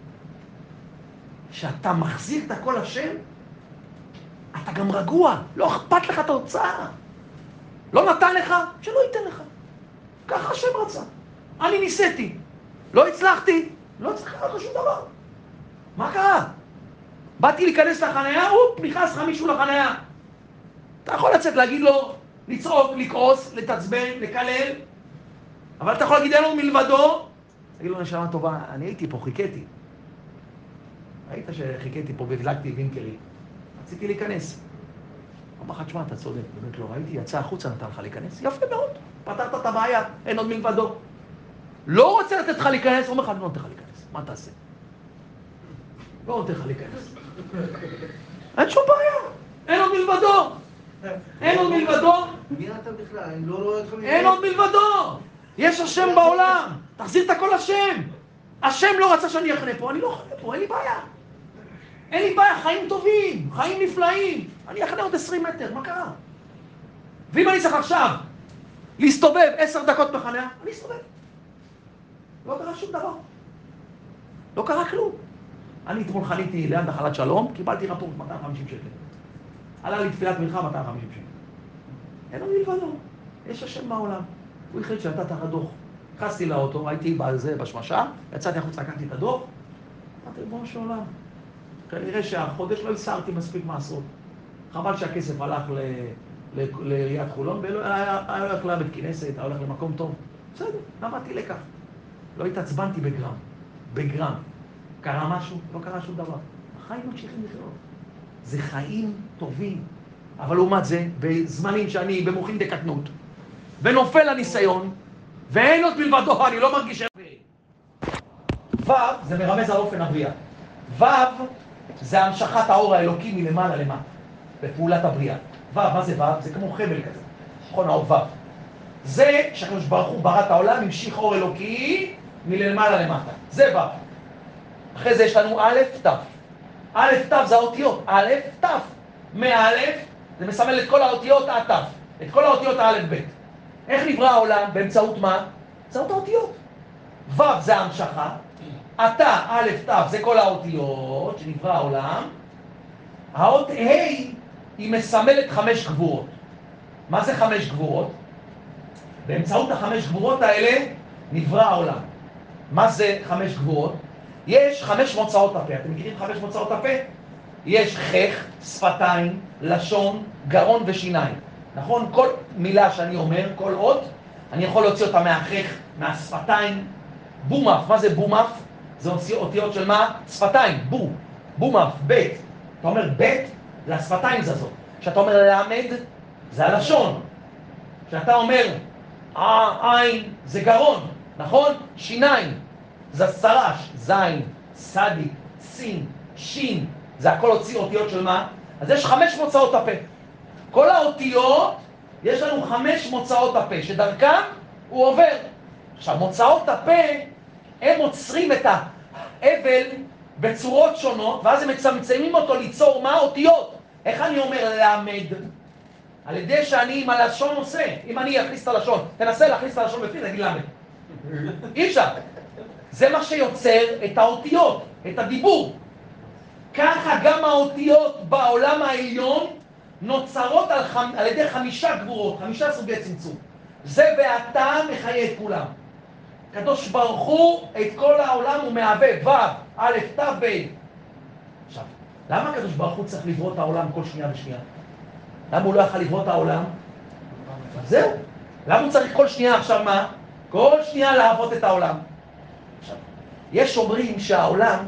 [SPEAKER 1] כשאתה מחזיר את הכל השם, אתה גם רגוע, לא אכפת לך את ההוצאה. לא נתן לך, שלא ייתן לך. ככה השם רצה. אני ניסיתי. לא הצלחתי. לא צריך לך שום דבר. מה קרה? באתי להיכנס לחניה, אופ, נכנס לך מישהו לחניה. אתה יכול לצאת להגיד לו, לצעוק, לכעוס, לתעצבן, לקלל, אבל אתה יכול להגיד אין לו מלבדו. תגיד לו, נשמה טובה, אני הייתי פה, חיכיתי. ראית שחיכיתי פה והדלקתי וינקרי. רציתי להיכנס. אמר לך, תשמע, אתה צודק, באמת לא ראיתי, יצא החוצה, נתן לך להיכנס. יפה מאוד, פתרת את הבעיה, אין עוד מלבדו. לא רוצה לתת לך להיכנס, אומר לך, אני לא נותן לך להיכנס, מה תעשה? לא נותן לך להיכנס. אין שום בעיה, אין עוד מלבדו. אין עוד מלבדו.
[SPEAKER 2] מי אתה בכלל? אני לא רואה אותך...
[SPEAKER 1] אין עוד מלבדו. יש השם בעולם, תחזיר את הכל השם. השם לא רצה שאני אחנה פה, אני לא אחנה פה, אין לי בעיה. אין לי בעיה, חיים טובים, חיים נפלאים. אני אחנה עוד עשרים מטר, מה קרה? ואם אני צריך עכשיו להסתובב עשר דקות בחניה, אני אסתובב. לא קרה שום דבר. לא קרה כלום. אני אתמול חניתי ליד נחלת שלום, קיבלתי רפורט מאתיים וחמישים שקל. עלה לי תפילת מנחה מאתיים וחמישים שקל. אין לו מלבדו. יש השם בעולם. הוא החליט שנתת לך דוח. נכנסתי לאוטו, הייתי בזה, בשמשה, יצאתי החוצה, לקחתי את הדוח, אמרתי, בוא של עולם. כנראה שהחודש לא הסרתי מספיק מעשרות. חבל שהכסף הלך לעיריית חולון, והיה הולך לבית כנסת, היה הולך למקום טוב. בסדר, למדתי לקח. לא התעצבנתי בגרם. בגרם. קרה משהו? לא קרה שום דבר. החיים ממשיכים לחיות. זה חיים טובים. אבל לעומת זה, בזמנים שאני במוחין דקטנות, ונופל הניסיון, ואין עוד מלבדו, אני לא מרגיש... ו' זה מרמז על אופן הבריאה. ו' זה המשכת האור האלוקי מלמעלה למטה, בפעולת הבריאה. ו', מה זה ו'? זה כמו חבל כזה. נכון, האור ו'. זה שהקדוש ברוך הוא ברא את העולם, המשיך אור אלוקי מלמעלה למטה. זה ו'. אחרי זה יש לנו א', ת'. א', ת' זה האותיות. א', ת'. מא', זה מסמל את כל האותיות עד ת'. את כל האותיות א', ב'. איך נברא העולם? באמצעות מה? באמצעות האותיות. ו' זה ההמשכה. אתה, א', ת', זה כל האותיות שנברא העולם. האות ה' היא מסמלת חמש גבורות. מה זה חמש גבורות? באמצעות החמש גבורות האלה נברא העולם. מה זה חמש גבורות? יש חמש מוצאות הפה. אתם מכירים חמש מוצאות הפה? יש חך, שפתיים, לשון, גרון ושיניים. נכון? כל מילה שאני אומר, כל אות, אני יכול להוציא אותה מהחך, מהשפתיים. בומף, מה זה בומף? זה אותיות של מה? שפתיים, בו, בומף, בית. אתה אומר בית, זה השפתיים זזות. כשאתה אומר למד, זה הלשון. כשאתה אומר עין, זה גרון, נכון? שיניים, זה סרש, זין, סדי, סין, שין. זה הכל הוציא אותיות של מה? אז יש חמש מוצאות הפה. כל האותיות, יש לנו חמש מוצאות הפה, שדרכם הוא עובר. עכשיו, מוצאות הפה, הם עוצרים את האבל בצורות שונות, ואז הם מצמצמים אותו ליצור מה? אותיות. איך אני אומר למד? על ידי שאני עם הלשון עושה. אם אני אכניס את הלשון, תנסה להכניס את הלשון בפנים, תגיד למד. אי אפשר. זה מה שיוצר את האותיות, את הדיבור. ככה גם האותיות בעולם העליון נוצרות על, חמ... על ידי חמישה גבורות, חמישה סוגי צמצום. זה ואתה מחיה את כולם. קדוש ברוך הוא את כל העולם הוא מהווה ו', א', ת', ב'. עכשיו, למה הקדוש ברוך הוא צריך לברוא את העולם כל שנייה ושנייה? למה הוא לא יכול לברוא את העולם? זהו. למה הוא צריך כל שנייה עכשיו מה? כל שנייה להוות את העולם. עכשיו, יש אומרים שהעולם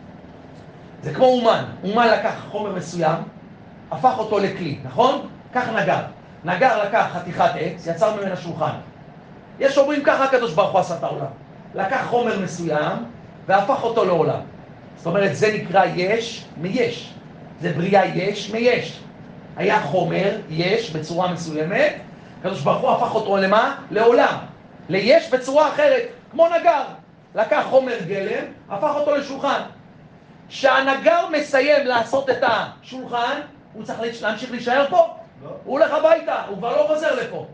[SPEAKER 1] זה כמו אומן. אומן לקח חומר מסוים, הפך אותו לכלי, נכון? כך נגר. נגר לקח חתיכת עץ, יצר ממנה שולחן. יש אומרים ככה הקדוש ברוך הוא עשה את העולם. לקח חומר מסוים והפך אותו לעולם. זאת אומרת, זה נקרא יש מיש. זה בריאה יש מיש. היה חומר, יש, בצורה מסוימת, הקדוש ברוך הוא הפך אותו למה? לעולם. ליש בצורה אחרת, כמו נגר. לקח חומר גלם, הפך אותו לשולחן. כשהנגר מסיים לעשות את השולחן, הוא צריך להמשיך להישאר פה? לא. הוא הולך הביתה, הוא כבר לא חוזר לפה.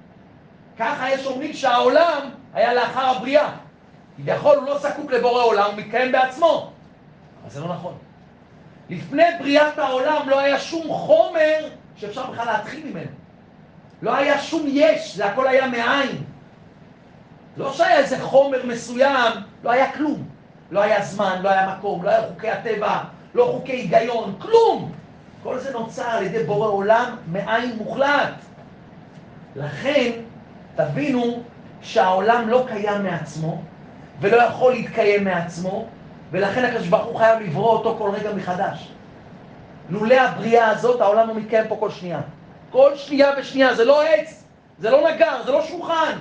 [SPEAKER 1] ככה יש אומרים שהעולם היה לאחר הבריאה. כביכול הוא לא זקוק לבורא עולם, הוא מתקיים בעצמו. אבל זה לא נכון. לפני בריאת העולם לא היה שום חומר שאפשר בכלל להתחיל ממנו. לא היה שום יש, זה הכל היה מאין. לא שהיה איזה חומר מסוים, לא היה כלום. לא היה זמן, לא היה מקום, לא היה חוקי הטבע, לא חוקי היגיון, כלום. כל זה נוצר על ידי בורא עולם מאין מוחלט. לכן, תבינו שהעולם לא קיים מעצמו, ולא יכול להתקיים מעצמו, ולכן הקדוש ברוך הוא חייב לברוא אותו כל רגע מחדש. לולא הבריאה הזאת, העולם לא מתקיים פה כל שנייה. כל שנייה ושנייה, זה לא עץ, זה לא נגר, זה לא שולחן.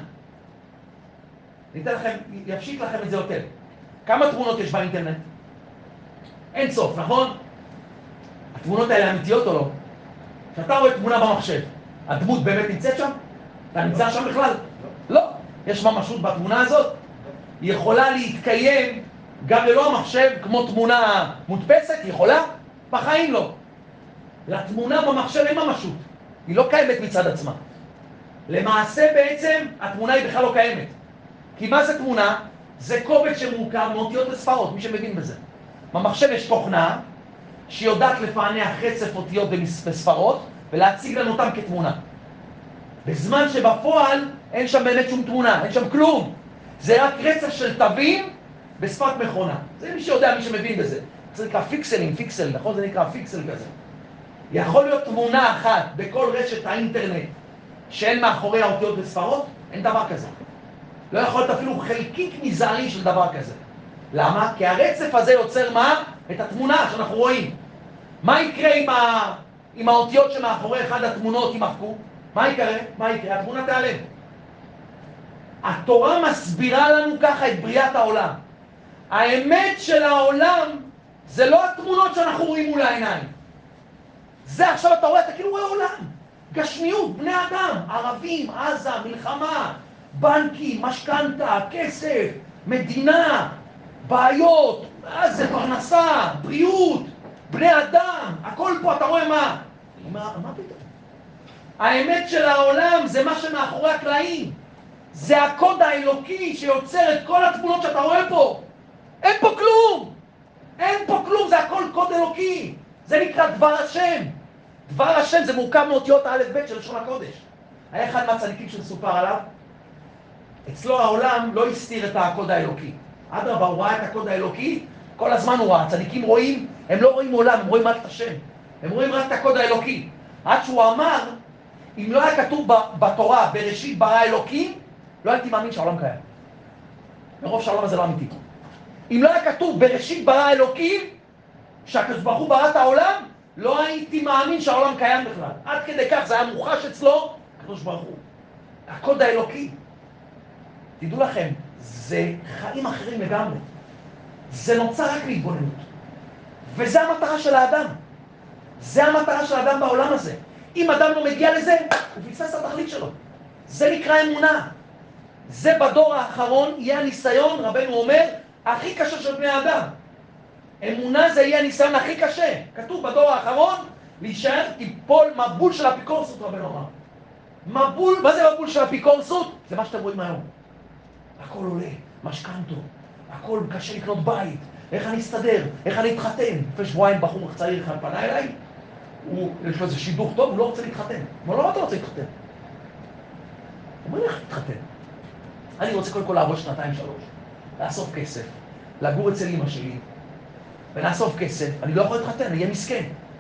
[SPEAKER 1] אני אתן לכם, יפשיט לכם את זה יותר. כמה תמונות יש באינטרנט? אין סוף, נכון? התמונות האלה אמיתיות או לא? כשאתה רואה תמונה במחשב, הדמות באמת נמצאת שם? אתה נמצא שם בכלל? לא. יש ממשות בתמונה הזאת? היא יכולה להתקיים גם ללא המחשב כמו תמונה מודפסת? היא יכולה? בחיים לא. לתמונה במחשב אין ממשות. היא לא קיימת מצד עצמה. למעשה בעצם התמונה היא בכלל לא קיימת. כי מה זה תמונה? זה קובץ שמורכב מאותיות וספרות, מי שמבין בזה. במחשב יש תוכנה שיודעת לפענח רצף אותיות וספרות ולהציג לנו אותם כתמונה. בזמן שבפועל אין שם באמת שום תמונה, אין שם כלום. זה רק רצף של תווים בשפת מכונה. זה מי שיודע, מי שמבין בזה. זה נקרא פיקסלים, פיקסל, נכון? זה נקרא פיקסל כזה. יכול להיות תמונה אחת בכל רשת האינטרנט שאין מאחורי האותיות וספרות? אין דבר כזה. לא יכול להיות אפילו חלקיק מזערי של דבר כזה. למה? כי הרצף הזה יוצר מה? את התמונה שאנחנו רואים. מה יקרה אם אם האותיות שמאחורי אחד התמונות יימחקו, מה יקרה? מה יקרה? התמונה תיעלם. התורה מסבירה לנו ככה את בריאת העולם. האמת של העולם זה לא התמונות שאנחנו רואים מול העיניים. זה עכשיו אתה רואה, אתה כאילו רואה עולם. גשמיות, בני אדם, ערבים, עזה, מלחמה, בנקים, משכנתה, כסף, מדינה, בעיות, זה פרנסה, בריאות, בני אדם, הכל פה, אתה רואה מה? מה, מה פתאום? האמת של העולם זה מה שמאחורי הקלעים. זה הקוד האלוקי שיוצר את כל התמונות שאתה רואה פה. אין פה כלום. אין פה כלום, זה הכל קוד אלוקי. זה נקרא דבר השם. דבר השם זה מורכב מאותיות האלף בית של לשון הקודש. היה אחד מהצדיקים שסופר עליו. אצלו העולם לא הסתיר את הקוד האלוקי. אדרבה, הוא ראה את הקוד האלוקי, כל הזמן הוא ראה. הצדיקים רואים, הם לא רואים עולם, הם רואים רק את השם. הם רואים רק את הקוד האלוקי. עד שהוא אמר, אם לא היה כתוב בתורה, בראשית ברא אלוקים, לא הייתי מאמין שהעולם קיים. מרוב שהעולם הזה לא אמיתי. אם לא היה כתוב בראשית ברא אלוקים, שהקדוש ברוך הוא ברא את העולם, לא הייתי מאמין שהעולם קיים בכלל. עד כדי כך, זה היה מוחש אצלו, הקדוש ברוך הוא. הקוד האלוקי. תדעו לכם, זה חיים אחרים לגמרי. זה נוצר רק להתבוננות. וזה המטרה של האדם. זה המטרה של האדם בעולם הזה. אם אדם לא מגיע לזה, הוא פספס את התכלית שלו. זה נקרא אמונה. זה בדור האחרון יהיה הניסיון, רבנו אומר, הכי קשה של בני האדם. אמונה זה יהיה הניסיון הכי קשה. כתוב בדור האחרון, להישאר תיפול מבול של אפיקורסות, רבנו אמר. מבול, מה זה מבול של אפיקורסות? זה מה שאתם רואים היום. הכל עולה, משכנתו, הכל קשה לקנות בית, איך אני אסתדר, איך אני אתחתן. לפני שבועיים בחור צעיר אחד פנה אליי, הוא, יש לו איזה שידוך טוב, הוא לא רוצה להתחתן. הוא אומר, לא, מה אתה רוצה להתחתן? הוא אומר, איך להתחתן? אני רוצה קודם כל לעבוד שנתיים שלוש, לאסוף כסף, לגור אצל אמא שלי, ולאסוף כסף, אני לא יכול להתחתן, אני אהיה מסכן.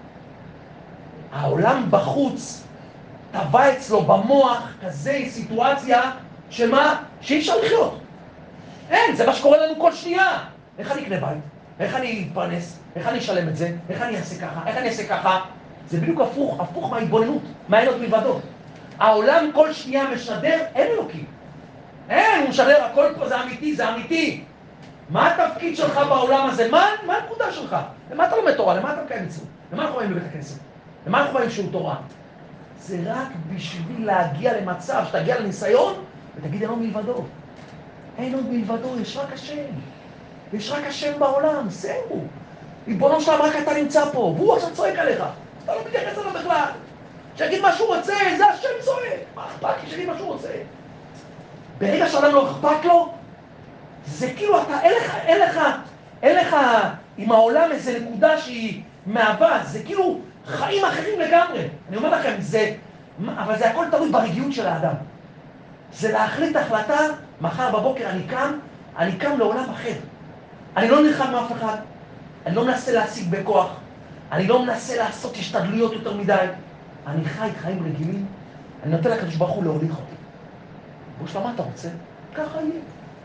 [SPEAKER 1] העולם בחוץ טבע אצלו במוח כזה סיטואציה שמה? שאי אפשר לחיות. אין, זה מה שקורה לנו כל שנייה. איך אני אקנה בית? איך אני אתפרנס? איך אני אשלם את זה? איך אני אעשה ככה? איך אני אעשה ככה? זה בדיוק הפוך, הפוך מההתבוננות, מהעינות מלבדו. העולם כל שנייה משדר, אין אלוקים. אין, הוא משדר, הכל פה זה אמיתי, זה אמיתי. מה התפקיד שלך בעולם הזה? מה, מה הנקודה שלך? למה אתה לומד תורה? למה אתה מקיים מצוות? למה אנחנו באים בבית הכנסת? למה אנחנו באים שיעור תורה? זה רק בשביל להגיע למצב שתגיע לניסיון ותגיד אין עוד מלבדו. אין עוד מלבדו, יש רק השם. יש רק השם בעולם, זהו. ריבונו שלם, רק אתה נמצא פה, והוא עכשיו צועק עליך. אתה לא מתייחס עליו בכלל. שיגיד מה שהוא רוצה, זה השם צועק. מה אכפת לי שיגיד מה שהוא רוצה? ברגע שאדם לא אכפת לו, זה כאילו אתה, אין לך, אין לך, אין לך עם העולם איזה נקודה שהיא מהווה, זה כאילו חיים אחרים לגמרי. אני אומר לכם, זה, אבל זה הכל תלוי ברגיעות של האדם. זה להחליט החלטה, מחר בבוקר אני קם, אני קם לעולם אחר. אני לא נלחם מאף אחד, אני לא מנסה להשיג בכוח, אני לא מנסה לעשות השתדלויות יותר מדי. אני חי חיים רגילים, אני נותן לקדוש ברוך הוא להוליך אותי. בוא שלמה, אתה רוצה? ככה יהיה.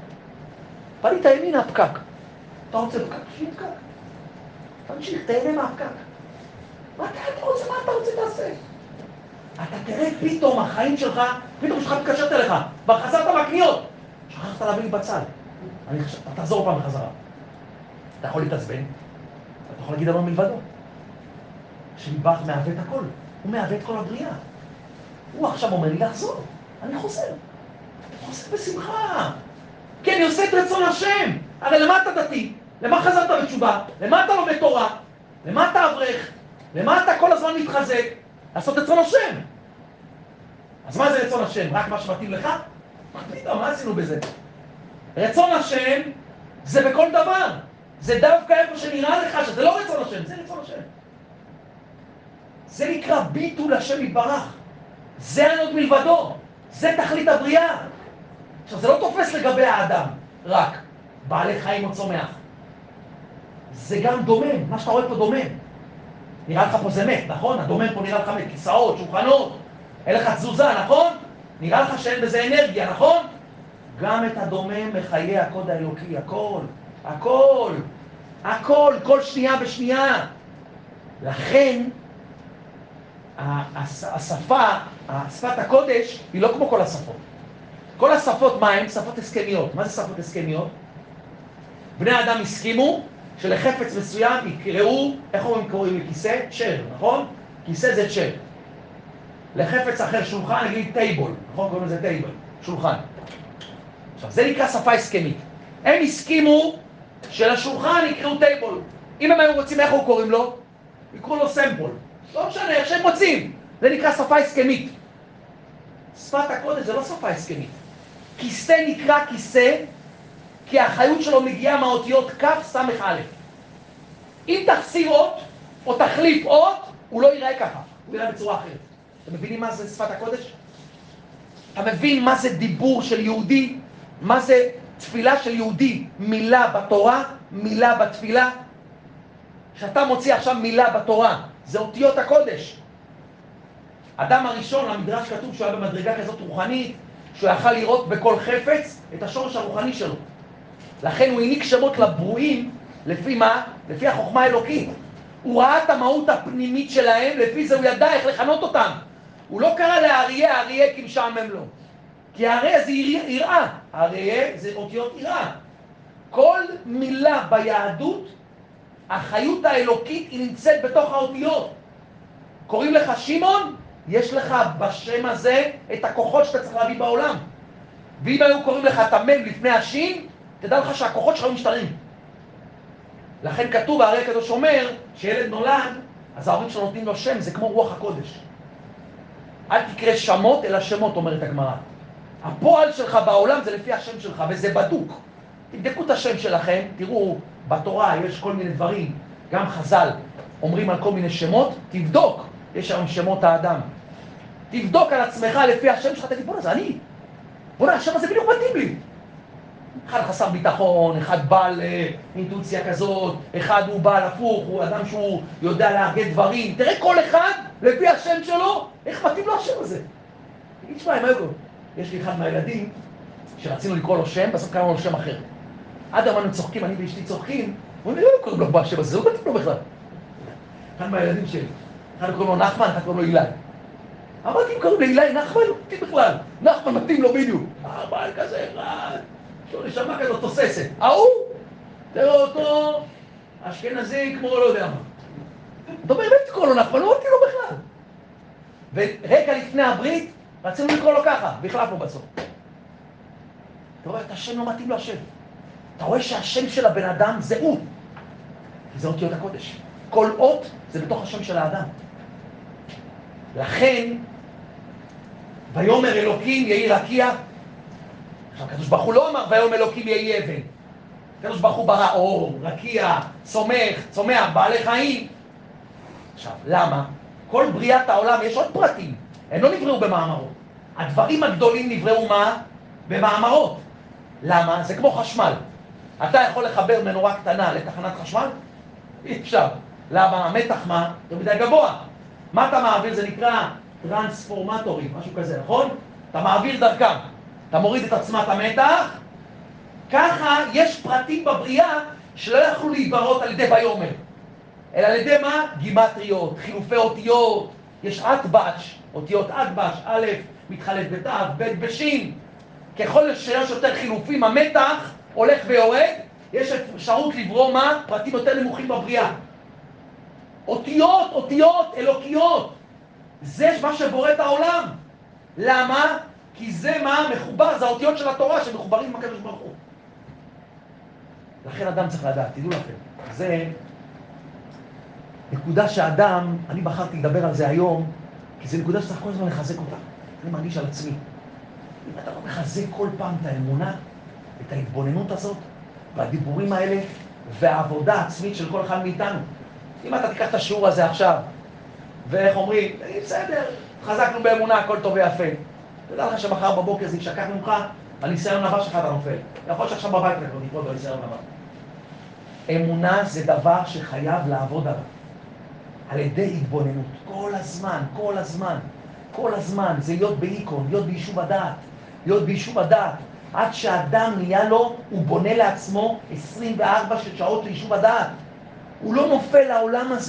[SPEAKER 1] פנית ימין הפקק. אתה רוצה פקק? שיהיה פקק. תמשיך, תהנה מהפקק. מה אתה רוצה? מה אתה רוצה תעשה? אתה תראה פתאום החיים שלך, פתאום שלך מתקשרת אליך, כבר חזרת מהקניות. שכחת להביא לי בצל. אני חושב, אתה תחזור פעם בחזרה. אתה יכול להתעצבן, אתה יכול להגיד דבר מלבדו. שליבך מהווה את הכל, הוא מהווה את כל הבריאה. הוא עכשיו אומר לי לחזור, אני חוזר. אני חוזר בשמחה. כי אני עושה את רצון השם. הרי למה אתה דתי? למה חזרת בתשובה? למה אתה לומד תורה? למה אתה אברך? למה אתה כל הזמן מתחזק? לעשות את רצון השם. אז מה זה רצון השם? רק מה שמתאים לך? מה פתאום? מה עשינו בזה? רצון השם זה בכל דבר. זה דווקא איפה שנראה לך שזה לא רצון השם, זה רצון השם. זה נקרא ביטול השם יתברך. זה אין עוד מלבדו. זה תכלית הבריאה. עכשיו, זה לא תופס לגבי האדם, רק בעלי חיים או צומח. זה גם דומם, מה שאתה רואה פה דומם. נראה לך פה זה מת, נכון? הדומם פה נראה לך מת, כיסאות, שולחנות, אין לך תזוזה, נכון? נראה לך שאין בזה אנרגיה, נכון? גם את הדומם מחיי הקוד האלוקי, הכל, הכל, הכל, כל שנייה בשנייה. לכן, השפה, שפת הקודש, היא לא כמו כל השפות. כל השפות, מה הן? שפות הסכמיות. מה זה שפות הסכמיות? בני האדם הסכימו שלחפץ מסוים יקראו, איך אומרים קוראים לכיסא? צ'ר, נכון? כיסא זה צ'ר. לחפץ אחר שולחן, נגיד טייבול, נכון? קוראים לזה טייבל, שולחן. עכשיו, זה נקרא שפה הסכמית. הם הסכימו שלשולחן יקראו טייבול. אם הם היו רוצים, איך הוא קוראים לו? יקראו לו סמפול. לא משנה, איך שהם רוצים. זה נקרא שפה הסכמית. שפת הקודש זה לא שפה הסכמית. כיסא נקרא כיסא, כי האחריות שלו מגיעה מהאותיות כ' סמך א'. אם תחסיר אות, או תחליף אות, הוא לא ייראה ככה. הוא ייראה בצורה אחרת. אתם מבינים מה זה שפת הקודש? אתה מבין מה זה דיבור של יהודי? מה זה תפילה של יהודי? מילה בתורה, מילה בתפילה. כשאתה מוציא עכשיו מילה בתורה, זה אותיות הקודש. אדם הראשון, המדרש כתוב שהוא היה במדרגה כזאת רוחנית, שהוא יכל לראות בכל חפץ את השורש הרוחני שלו. לכן הוא העניק שמות לברואים, לפי מה? לפי החוכמה האלוקית. הוא ראה את המהות הפנימית שלהם, לפי זה הוא ידע איך לכנות אותם. הוא לא קרא לאריה, אריה כי משעמם לו. כי אריה זה יראה, אריה זה אותיות יראה. כל מילה ביהדות, החיות האלוקית היא נמצאת בתוך האותיות. קוראים לך שמעון, יש לך בשם הזה את הכוחות שאתה צריך להביא בעולם. ואם היו קוראים לך את המם לפני השין, תדע לך שהכוחות שלך משתרים. לכן כתוב, הרי הקדוש אומר, שילד נולד, אז ההורים שלו נותנים לו שם, זה כמו רוח הקודש. אל תקרא שמות, אלא שמות, אומרת הגמרא. הפועל שלך בעולם זה לפי השם שלך, וזה בדוק. תבדקו את השם שלכם, תראו, בתורה יש כל מיני דברים, גם חז"ל אומרים על כל מיני שמות, תבדוק, יש שם שמות האדם. תבדוק על עצמך לפי השם שלך, תגיד, בוא'נה, זה אני. בוא'נה, השם הזה בדיוק מתאים לי. אחד חסר ביטחון, אחד בעל אה, אינטואיציה כזאת, אחד הוא בעל הפוך, הוא אדם שהוא יודע לארגן דברים. תראה כל אחד, לפי השם שלו, איך מתאים לו השם הזה. תגיד, שמע, מה יגו? יש לי אחד מהילדים שרצינו לקרוא לו שם, בסוף קראנו לו שם אחר. עד היום אנו צוחקים, אני ואשתי צוחקים, הוא אומר, לא קוראים לו בשם הזה, זה לא מתאים לו בכלל. אחד מהילדים שלי, אחד קוראים לו נחמן, אחד קוראים לו אילי. אמרתי, אם קוראים לאילי, נחמן לא מתאים בכלל. נחמן מתאים לו בדיוק. בעל כזה אחד. יש לו נשמה כזאת תוססת. ההוא, תראה אותו, אשכנזי כמו לא יודע מה. אתה אומר, באמת תקרוא לו נחמן, לא מתאים לו בכלל. ורקע לפני הברית, רצינו לקרוא לו ככה, והחלפנו בסוף. אתה רואה, את השם לא מתאים לו השם. אתה רואה שהשם של הבן אדם זה הוא. זה אותיות הקודש. כל אות זה בתוך השם של האדם. לכן, ויאמר אלוקים יהי רקיע. עכשיו, הקדוש ברוך הוא לא אמר ויאמר אלוקים יהי אבן. הקדוש ברוך הוא ברא אור, רקיע, צומח, צומח, בעלי חיים. עכשיו, למה? כל בריאת העולם יש עוד פרטים. הם לא נבראו במאמרות. הדברים הגדולים נבראו מה? במאמרות. למה? זה כמו חשמל. אתה יכול לחבר מנורה קטנה לתחנת חשמל? אי אפשר. למה? המתח מה? זה מדי גבוה. מה אתה מעביר? זה נקרא טרנספורמטורים, משהו כזה, נכון? אתה מעביר דרכם. אתה מוריד את עצמת המתח. ככה יש פרטים בבריאה שלא יכלו להיברות על ידי ויאמר. אלא על ידי מה? גימטריות, חילופי אותיות. יש אטבש, אותיות אטבש, א', מתחלף בת', ב' בשין. ככל שיש יותר חילופים, המתח הולך ויורד, יש אפשרות לברוא מה? פרטים יותר נמוכים בבריאה. אותיות, אותיות, אלוקיות. זה מה שבורא את העולם. למה? כי זה מה? מחובר, זה האותיות של התורה שמחוברים עם הקדוש ברוך הוא. לכן אדם צריך לדעת, תדעו לכם. זה נקודה שאדם, אני בחרתי לדבר על זה היום, כי זה נקודה שצריך כל הזמן לחזק אותה. אני מרגיש על עצמי. אם אתה לא מחזק כל פעם את האמונה, את ההתבוננות הזאת, והדיבורים האלה, והעבודה העצמית של כל אחד מאיתנו. אם אתה תיקח את השיעור הזה עכשיו, ואיך אומרים, בסדר, חזקנו באמונה, הכל טוב ויפה. תדע לך שמחר בבוקר זה ישכח ממך, הניסיון הבא שלך אתה נופל. יכול שעכשיו בבית כבר נפול בניסיון הבא. אמונה זה דבר שחייב לעבוד עליו. על ידי התבוננות. כל הזמן, כל הזמן, כל הזמן. זה להיות באיקון, להיות ביישוב הדעת. להיות ביישוב הדעת. עד שהאדם נהיה לו, הוא בונה לעצמו עשרים וארבע שעות ליישוב הדעת. הוא לא נופל לעולם הזה.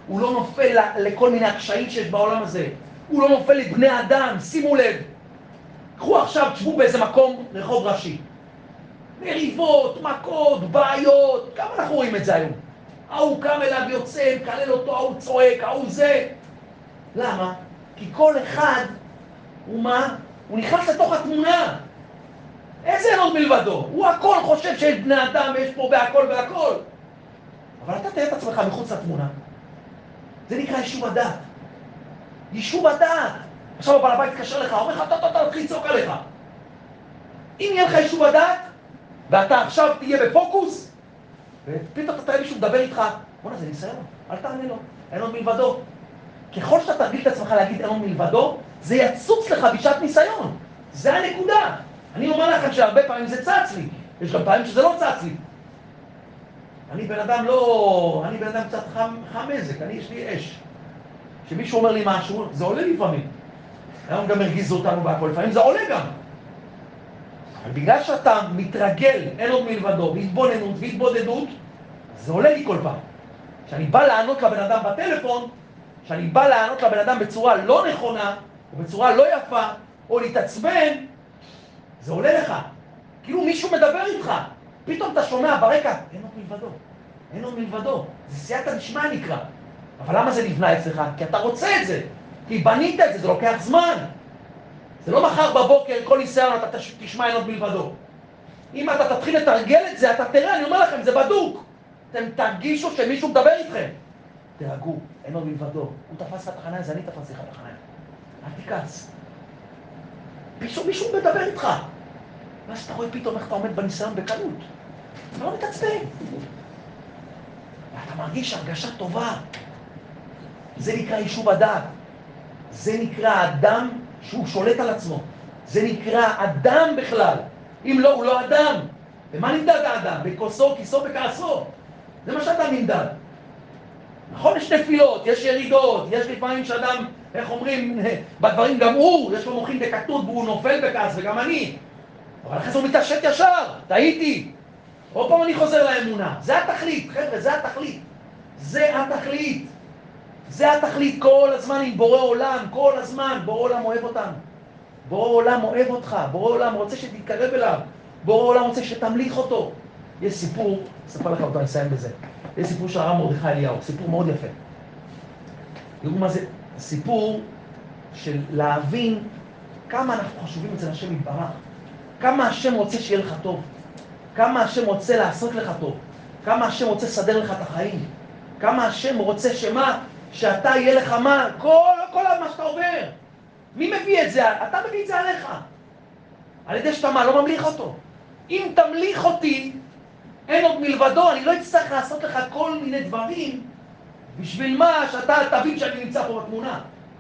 [SPEAKER 1] הוא לא נופל לכל מיני הקשיים שיש בעולם הזה. הוא לא נופל לבני אדם, שימו לב. קחו עכשיו, תשבו באיזה מקום, רחוב ראשי. מריבות, מכות, בעיות, כמה אנחנו רואים את זה היום? ההוא קם אליו יוצא, מקלל אותו, ההוא צועק, ההוא זה. למה? כי כל אחד, הוא מה? הוא נכנס לתוך התמונה. איזה אין עוד מלבדו? הוא הכל חושב שיש בני אדם ויש פה בהכל והכל. אבל אתה תראה את עצמך מחוץ לתמונה. זה נקרא יישוב הדעת. יישוב הדעת. עכשיו הבעל הבית יתקשר לך, אומר לך, אתה, אתה, אתה, תתחיל לצעוק עליך. אם יהיה לך יישוב הדעת, ואתה עכשיו תהיה בפוקוס, ופתאום אתה תראה מישהו מדבר איתך, בוא'נה, זה ניסיון, אל תענה לו, אין עוד מלבדו. ככל שאתה תרגיל את עצמך להגיד אין עוד מלבדו, זה יצוץ לך בשעת ניסיון. זה הנקודה. אני אומר לכם שהרבה פעמים זה צץ לי, יש גם פעמים שזה לא צץ לי. אני בן אדם לא... אני בן אדם קצת חם, חם מזק, אני יש לי אש. כשמישהו אומר לי משהו, זה עולה לפעמים. היום גם הרגיזו אותנו בהכל, לפעמים זה עולה גם. אבל בגלל שאתה מתרגל, אין עוד מלבדו, בהתבוננות והתבודדות, זה עולה לי כל פעם. כשאני בא לענות לבן אדם בטלפון, כשאני בא לענות לבן אדם בצורה לא נכונה, או בצורה לא יפה, או להתעצבן, זה עולה לך. כאילו מישהו מדבר איתך. פתאום אתה שומע ברקע, אין עוד מלבדו, אין עוד מלבדו. זה סייעתא דשמיא נקרא. אבל למה זה נבנה אצלך? כי אתה רוצה את זה. כי בנית את זה, זה לוקח זמן. זה לא מחר בבוקר, כל ניסיון אתה תשמע אין עוד מלבדו. אם אתה תתחיל לתרגל את זה, אתה תראה, אני אומר לכם, זה בדוק. אתם תרגישו שמישהו מדבר איתכם. תרגעו, אין עוד מלבדו. הוא תפס לך את החניה, זה אני תפס לך את החניה. אל תיקץ. מישהו, מישהו מדבר איתך. ואז אתה רואה פתאום איך אתה עומד בניסיון בקלות. אתה לא מתעצבן. ואתה מרגיש הרגשה טובה. זה נקרא יישוב הדעת. זה נקרא אדם שהוא שולט על עצמו. זה נקרא אדם בכלל. אם לא, הוא לא אדם. ומה נמדד האדם? בכוסו, כיסו, בכעסו. זה מה שאדם נמדד. נכון, יש נפילות, יש ירידות, יש לפעמים שאדם, איך אומרים, בדברים גם הוא, יש לו מוחין דקטות והוא נופל בכעס, וגם אני. אבל אחרי זה הוא מתעשת ישר, טעיתי. עוד פעם אני חוזר לאמונה. זה התכלית, חבר'ה, זה התכלית. זה התכלית. זה התכלית כל הזמן עם בורא עולם, כל הזמן. בורא עולם אוהב אותנו. בורא עולם אוהב אותך. בורא עולם רוצה שתתקרב אליו. בורא עולם רוצה שתמליך אותו. יש סיפור, אספר לך אותו, אני אסיים בזה. יש סיפור של הרב מרדכי אליהו, סיפור מאוד יפה. תראו מה זה, סיפור של להבין כמה אנחנו חשובים אצל השם יתברך. כמה השם רוצה שיהיה לך טוב. כמה השם רוצה לעשות לך טוב. כמה השם רוצה לסדר לך את החיים. כמה השם רוצה שמה, שאתה יהיה לך מה, כל, כל מה שאתה עובר. מי מביא את זה? אתה מביא את זה עליך. על ידי שאתה מה, לא ממליך אותו. אם תמליך אותי, אין עוד מלבדו, אני לא אצטרך לעשות לך כל מיני דברים בשביל מה שאתה תבין שאני נמצא פה בתמונה.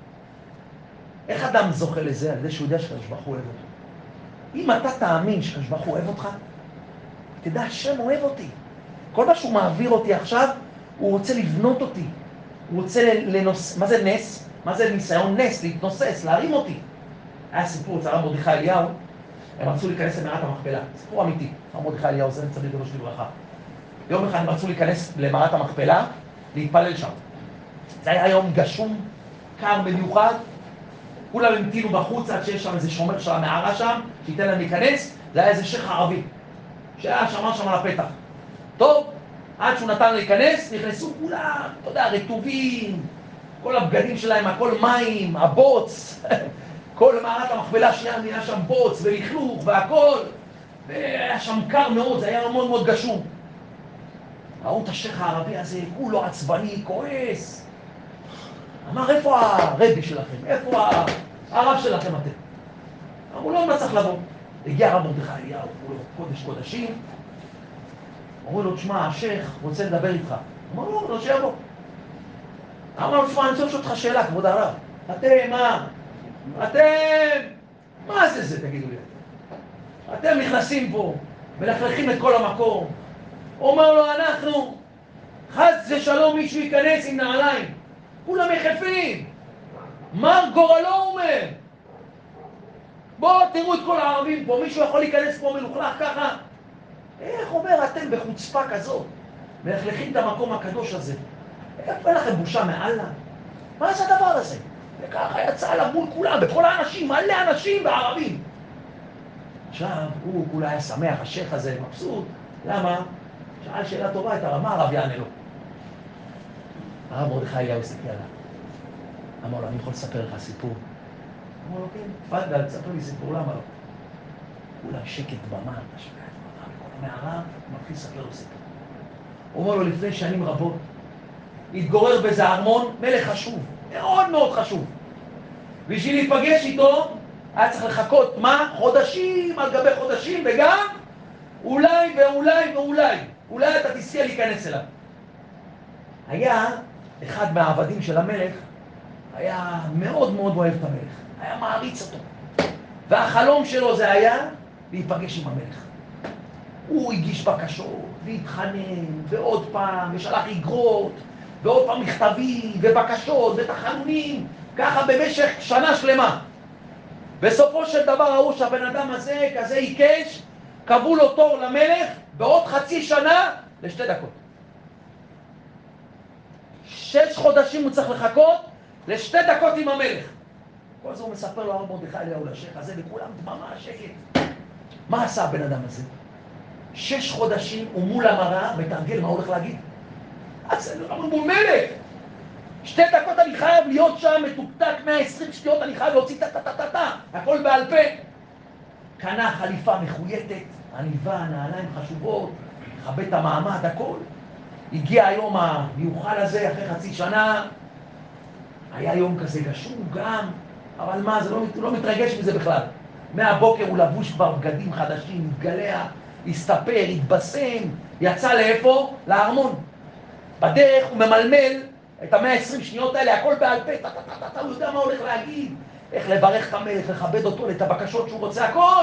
[SPEAKER 1] איך אדם זוכה לזה? על ידי שהוא יודע שקדוש ברוך הוא אוהב אותו. אם אתה תאמין שקדוש ברוך הוא אוהב אותך, תדע, השם אוהב אותי. כל מה שהוא מעביר אותי עכשיו, הוא רוצה לבנות אותי. הוא רוצה לנוס... מה זה נס? מה זה ניסיון נס? להתנוסס, להרים אותי. היה סיפור אצל הרב מרדכי אליהו, הם רצו להיכנס למערת המכפלה. סיפור אמיתי. הרב מרדכי אליהו, זה צדיק קדוש לברכה. יום אחד הם רצו להיכנס למערת המכפלה, להתפלל שם. זה היה יום גשום, קר במיוחד. כולם המתינו בחוץ עד שיש שם איזה שומר של המערה שם, שייתן להם להיכנס. זה היה איזה שייך ערבי, שהיה שמר שם על הפתח. טוב, עד שהוא נתן להיכנס, נכנסו כולם, אתה יודע, רטובים, כל הבגדים שלהם, הכל מים, הבוץ, כל מערת המכפלה שנייה נהיה שם בוץ ולכלוך והכל, והיה שם קר מאוד, זה היה מאוד מאוד גשום. ראו את השייך הערבי הזה, כולו עצבני, כועס. אמר, איפה הרבי שלכם? איפה הרב שלכם אתם? אמרו, לא, מה צריך לבוא? הגיע הרב מרדכי אליהו, הוא לו קודש קודשים. אמרו לו, תשמע, השייך רוצה לדבר איתך. אמרו לו, לא שיבוא. אמרו לו, תשמע, אני רוצה לשאול אותך שאלה, כבוד הרב. אתם, מה? אתם, מה זה זה, תגידו לי? אתם נכנסים פה, מלכלכים את כל המקום. אומר לו, אנחנו, חס ושלום מישהו ייכנס עם נעליים. כולם יחפים. מר גורלו אומר. בואו תראו את כל הערבים פה, מישהו יכול להיכנס פה מלוכלך ככה. איך אומר אתם בחוצפה כזאת? מלכלכים את המקום הקדוש הזה. אין לכם בושה מעלה? מה זה הדבר הזה? וככה יצא עליו מול כולם, בכל האנשים, מלא אנשים וערבים. עכשיו, הוא כולה היה שמח, השייך הזה מבסוט. למה? שאל שאלה טובה את הרב, מה הרב יענה לו? הרב מרדכי אליהו הסתכל עליו. אמר לו, אני יכול לספר לך סיפור? אמר לו, כן, תפדל, תספר לי סיפור, למה לא? כולה שקט במה, שקט במה, וכל המערה, הוא מתחיל לספר לו סיפור. הוא אומר לו, לפני שנים רבות, התגורר באיזה ארמון, מלך חשוב, מאוד מאוד חשוב. בשביל להיפגש איתו, היה צריך לחכות, מה? חודשים על גבי חודשים, וגם אולי ואולי ואולי, אולי אתה תזכה להיכנס אליו. היה אחד מהעבדים של המלך, היה מאוד מאוד אוהב את המלך, היה מעריץ אותו. והחלום שלו זה היה להיפגש עם המלך. הוא הגיש בקשות, והתחנן, ועוד פעם, ושלח איגרות, ועוד פעם מכתבים, ובקשות, ותחנונים, ככה במשך שנה שלמה. בסופו של דבר ראו שהבן אדם הזה כזה עיקש, קבעו לו תור למלך בעוד חצי שנה לשתי דקות. שש חודשים הוא צריך לחכות לשתי דקות עם המלך. כל זה הוא מספר לו הרב מרדכי אליהו לשייך הזה, וכולם דממה, שקט. מה עשה הבן אדם הזה? שש חודשים הוא מול המראה מתרגל מה הוא הולך להגיד. אז אמרו מול מלך. שתי דקות אני חייב להיות שם, מתוקתק מאה ועשרים שניות, אני חייב להוציא טה-טה-טה-טה, הכל בעל פה. קנה חליפה מחויטת, עניבה, נעליים חשובות, מכבד את המעמד, הכל. הגיע היום המיוחל הזה אחרי חצי שנה, היה יום כזה גשום גם, אבל מה, זה לא, לא מתרגש מזה בכלל. מהבוקר הוא לבוש כבר בגדים חדשים, התגלע, הסתפר, התבשם, יצא לאיפה? לארמון. בדרך הוא ממלמל את המאה ועשרים שניות האלה, הכל בעל פה, אתה הוא יודע מה הולך להגיד, איך לברך את המלך, לכבד אותו, את הבקשות שהוא רוצה, הכל.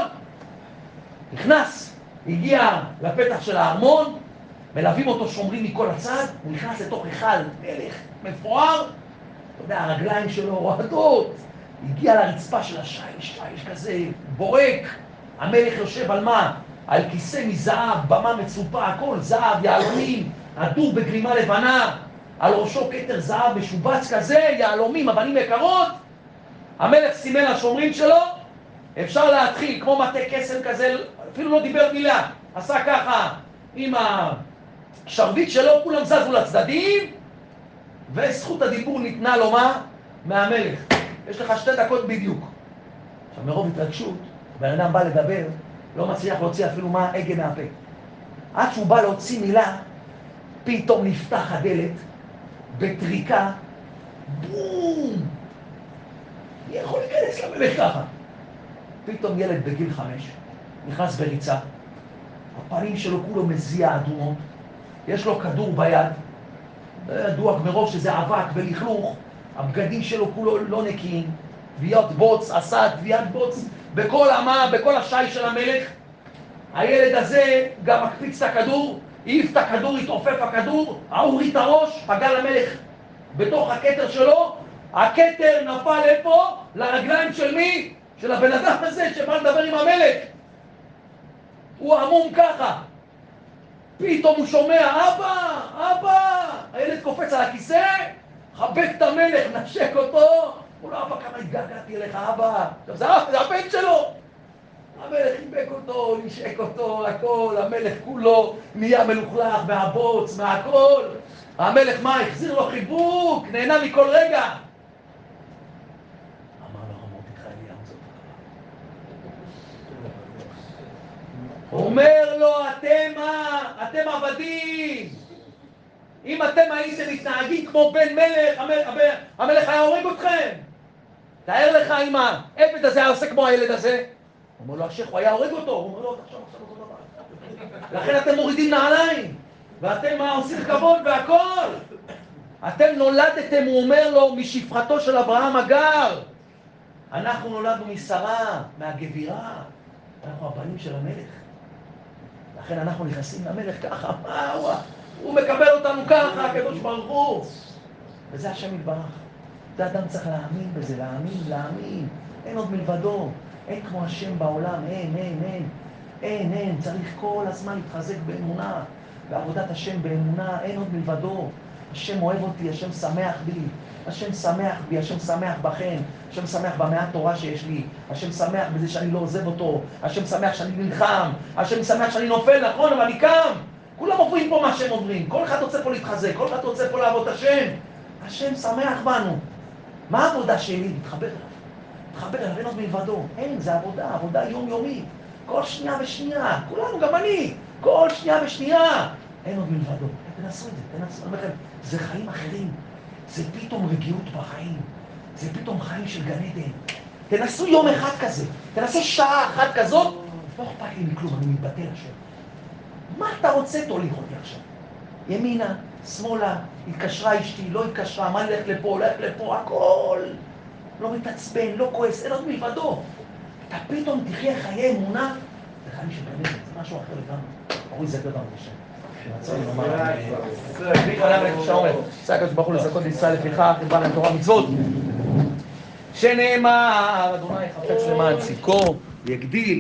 [SPEAKER 1] נכנס, הגיע לפתח של הארמון, מלווים אותו שומרים מכל הצד, הוא נכנס לתוך היכל מלך מפואר, אתה יודע, הרגליים שלו רועדות, הגיע לרצפה של השיש, שיש כזה בורק, המלך יושב על מה? על כיסא מזהב, במה מצופה, הכל זהב, יעלומים, הדור בגלימה לבנה, על ראשו כתר זהב משובץ כזה, יעלומים, אבנים יקרות. המלך סימן לשומרים שלו, אפשר להתחיל כמו מטה קסם כזה, אפילו לא דיבר מילה, עשה ככה עם השרביט שלו, כולם זזו לצדדים, וזכות הדיבור ניתנה לו מה? מהמלך. יש לך שתי דקות בדיוק. עכשיו מרוב התרגשות, בן אדם בא לדבר, לא מצליח להוציא אפילו מה הגה מהפה. עד שהוא בא להוציא מילה, פתאום נפתח הדלת, בטריקה, בום! מי יכול להיכנס למלך ככה? פתאום ילד בגיל חמש, נכנס בריצה, הפנים שלו כולו מזיע אדומות, יש לו כדור ביד, דוח מרוב שזה אבק ולכלוך, הבגדים שלו כולו לא נקיים, תביעת בוץ, עשה תביעת בוץ בכל המה, בכל השי של המלך. הילד הזה גם מקפיץ את הכדור, העיף את הכדור, התעופף הכדור, העורי את הראש, פגע למלך בתוך הכתר שלו, הכתר נפל איפה? לרגליים של מי? של הבן אדם הזה שבא לדבר עם המלך. הוא עמום ככה. פתאום הוא שומע, אבא, אבא! הילד קופץ על הכיסא, חבק את המלך, נשק אותו. הוא לא, אבא, כמה התגעגעתי אליך, אבא. זה, זה הבן שלו. המלך חיבק אותו, נשק אותו, הכל. המלך כולו נהיה מלוכלך מהבוץ, מהכל. המלך מה? החזיר לו חיבוק, נהנה מכל רגע. אמר לו מרדכי אליהו זאת. הוא אומר לו, אתם מה? אתם עבדים. אם אתם הייתם מתנהגים כמו בן מלך, המלך, המלך היה הורג אתכם. תאר לך אם העבד הזה היה עושה כמו הילד הזה. הוא אומר לו, השייך, הוא היה הורג אותו. הוא אומר לו, תחשוב עכשיו אותו דבר. לכן אתם מורידים נעליים. ואתם מה עושים כבוד והכל. אתם נולדתם, הוא אומר לו, משפחתו של אברהם הגר. אנחנו נולדנו משרה, מהגבירה. אנחנו הבנים של המלך. לכן אנחנו נכנסים למלך ככה, מה הוא? הוא מקבל אותנו ככה, הקדוש ברוך הוא. וזה השם יתברך. זה אדם צריך להאמין בזה, להאמין, להאמין. אין עוד מלבדו. אין כמו השם בעולם, אין, אין, אין. אין, אין. צריך כל הזמן להתחזק באמונה. בעבודת השם באמונה, אין עוד מלבדו. השם אוהב אותי, השם שמח בי, השם שמח בי, השם שמח בכם, השם שמח במעט תורה שיש לי, השם שמח בזה שאני לא עוזב אותו, השם שמח שאני נלחם, השם שמח שאני נופל, נכון, אבל אני קם. כולם עוברים פה מה שהם עוברים, כל אחד רוצה פה להתחזק, כל אחד רוצה פה לעבוד את השם. השם שמח בנו. מה העבודה שלי? להתחבר אליו. להתחבר אליו, אין עוד מלבדו. אין, זה עבודה, עבודה יומיומית. כל שנייה ושנייה, כולנו, גם אני, כל שנייה ושנייה. אין עוד מלבדו. תנסו את זה, תנסו, אני אומר לכם, זה חיים אחרים. זה פתאום רגיעות בחיים. זה פתאום חיים של גן עדן. תנסו יום אחד כזה, תנסו שעה אחת כזאת, לא אכפת לי מכלום, אני מתבטא לשם. מה אתה רוצה תוליך אותי עכשיו? ימינה, שמאלה, התקשרה אשתי, לא התקשרה, מה נלך לפה, הולך לפה, הכל. לא מתעצבן, לא כועס, אין עוד מלבדו. אתה פתאום תחיה חיי אמונה, זה חיים של גן עדן, זה משהו אחר לגמרי. אורי זה גדול בשם. רצון לומר, בלי עולם את השעורת, עשה הקדוש ברוך הוא לזכות לישראל לפיכך, ירבה להם תורה מצוות. שנאמר, אדוני חפץ למען צדקו, יגדיל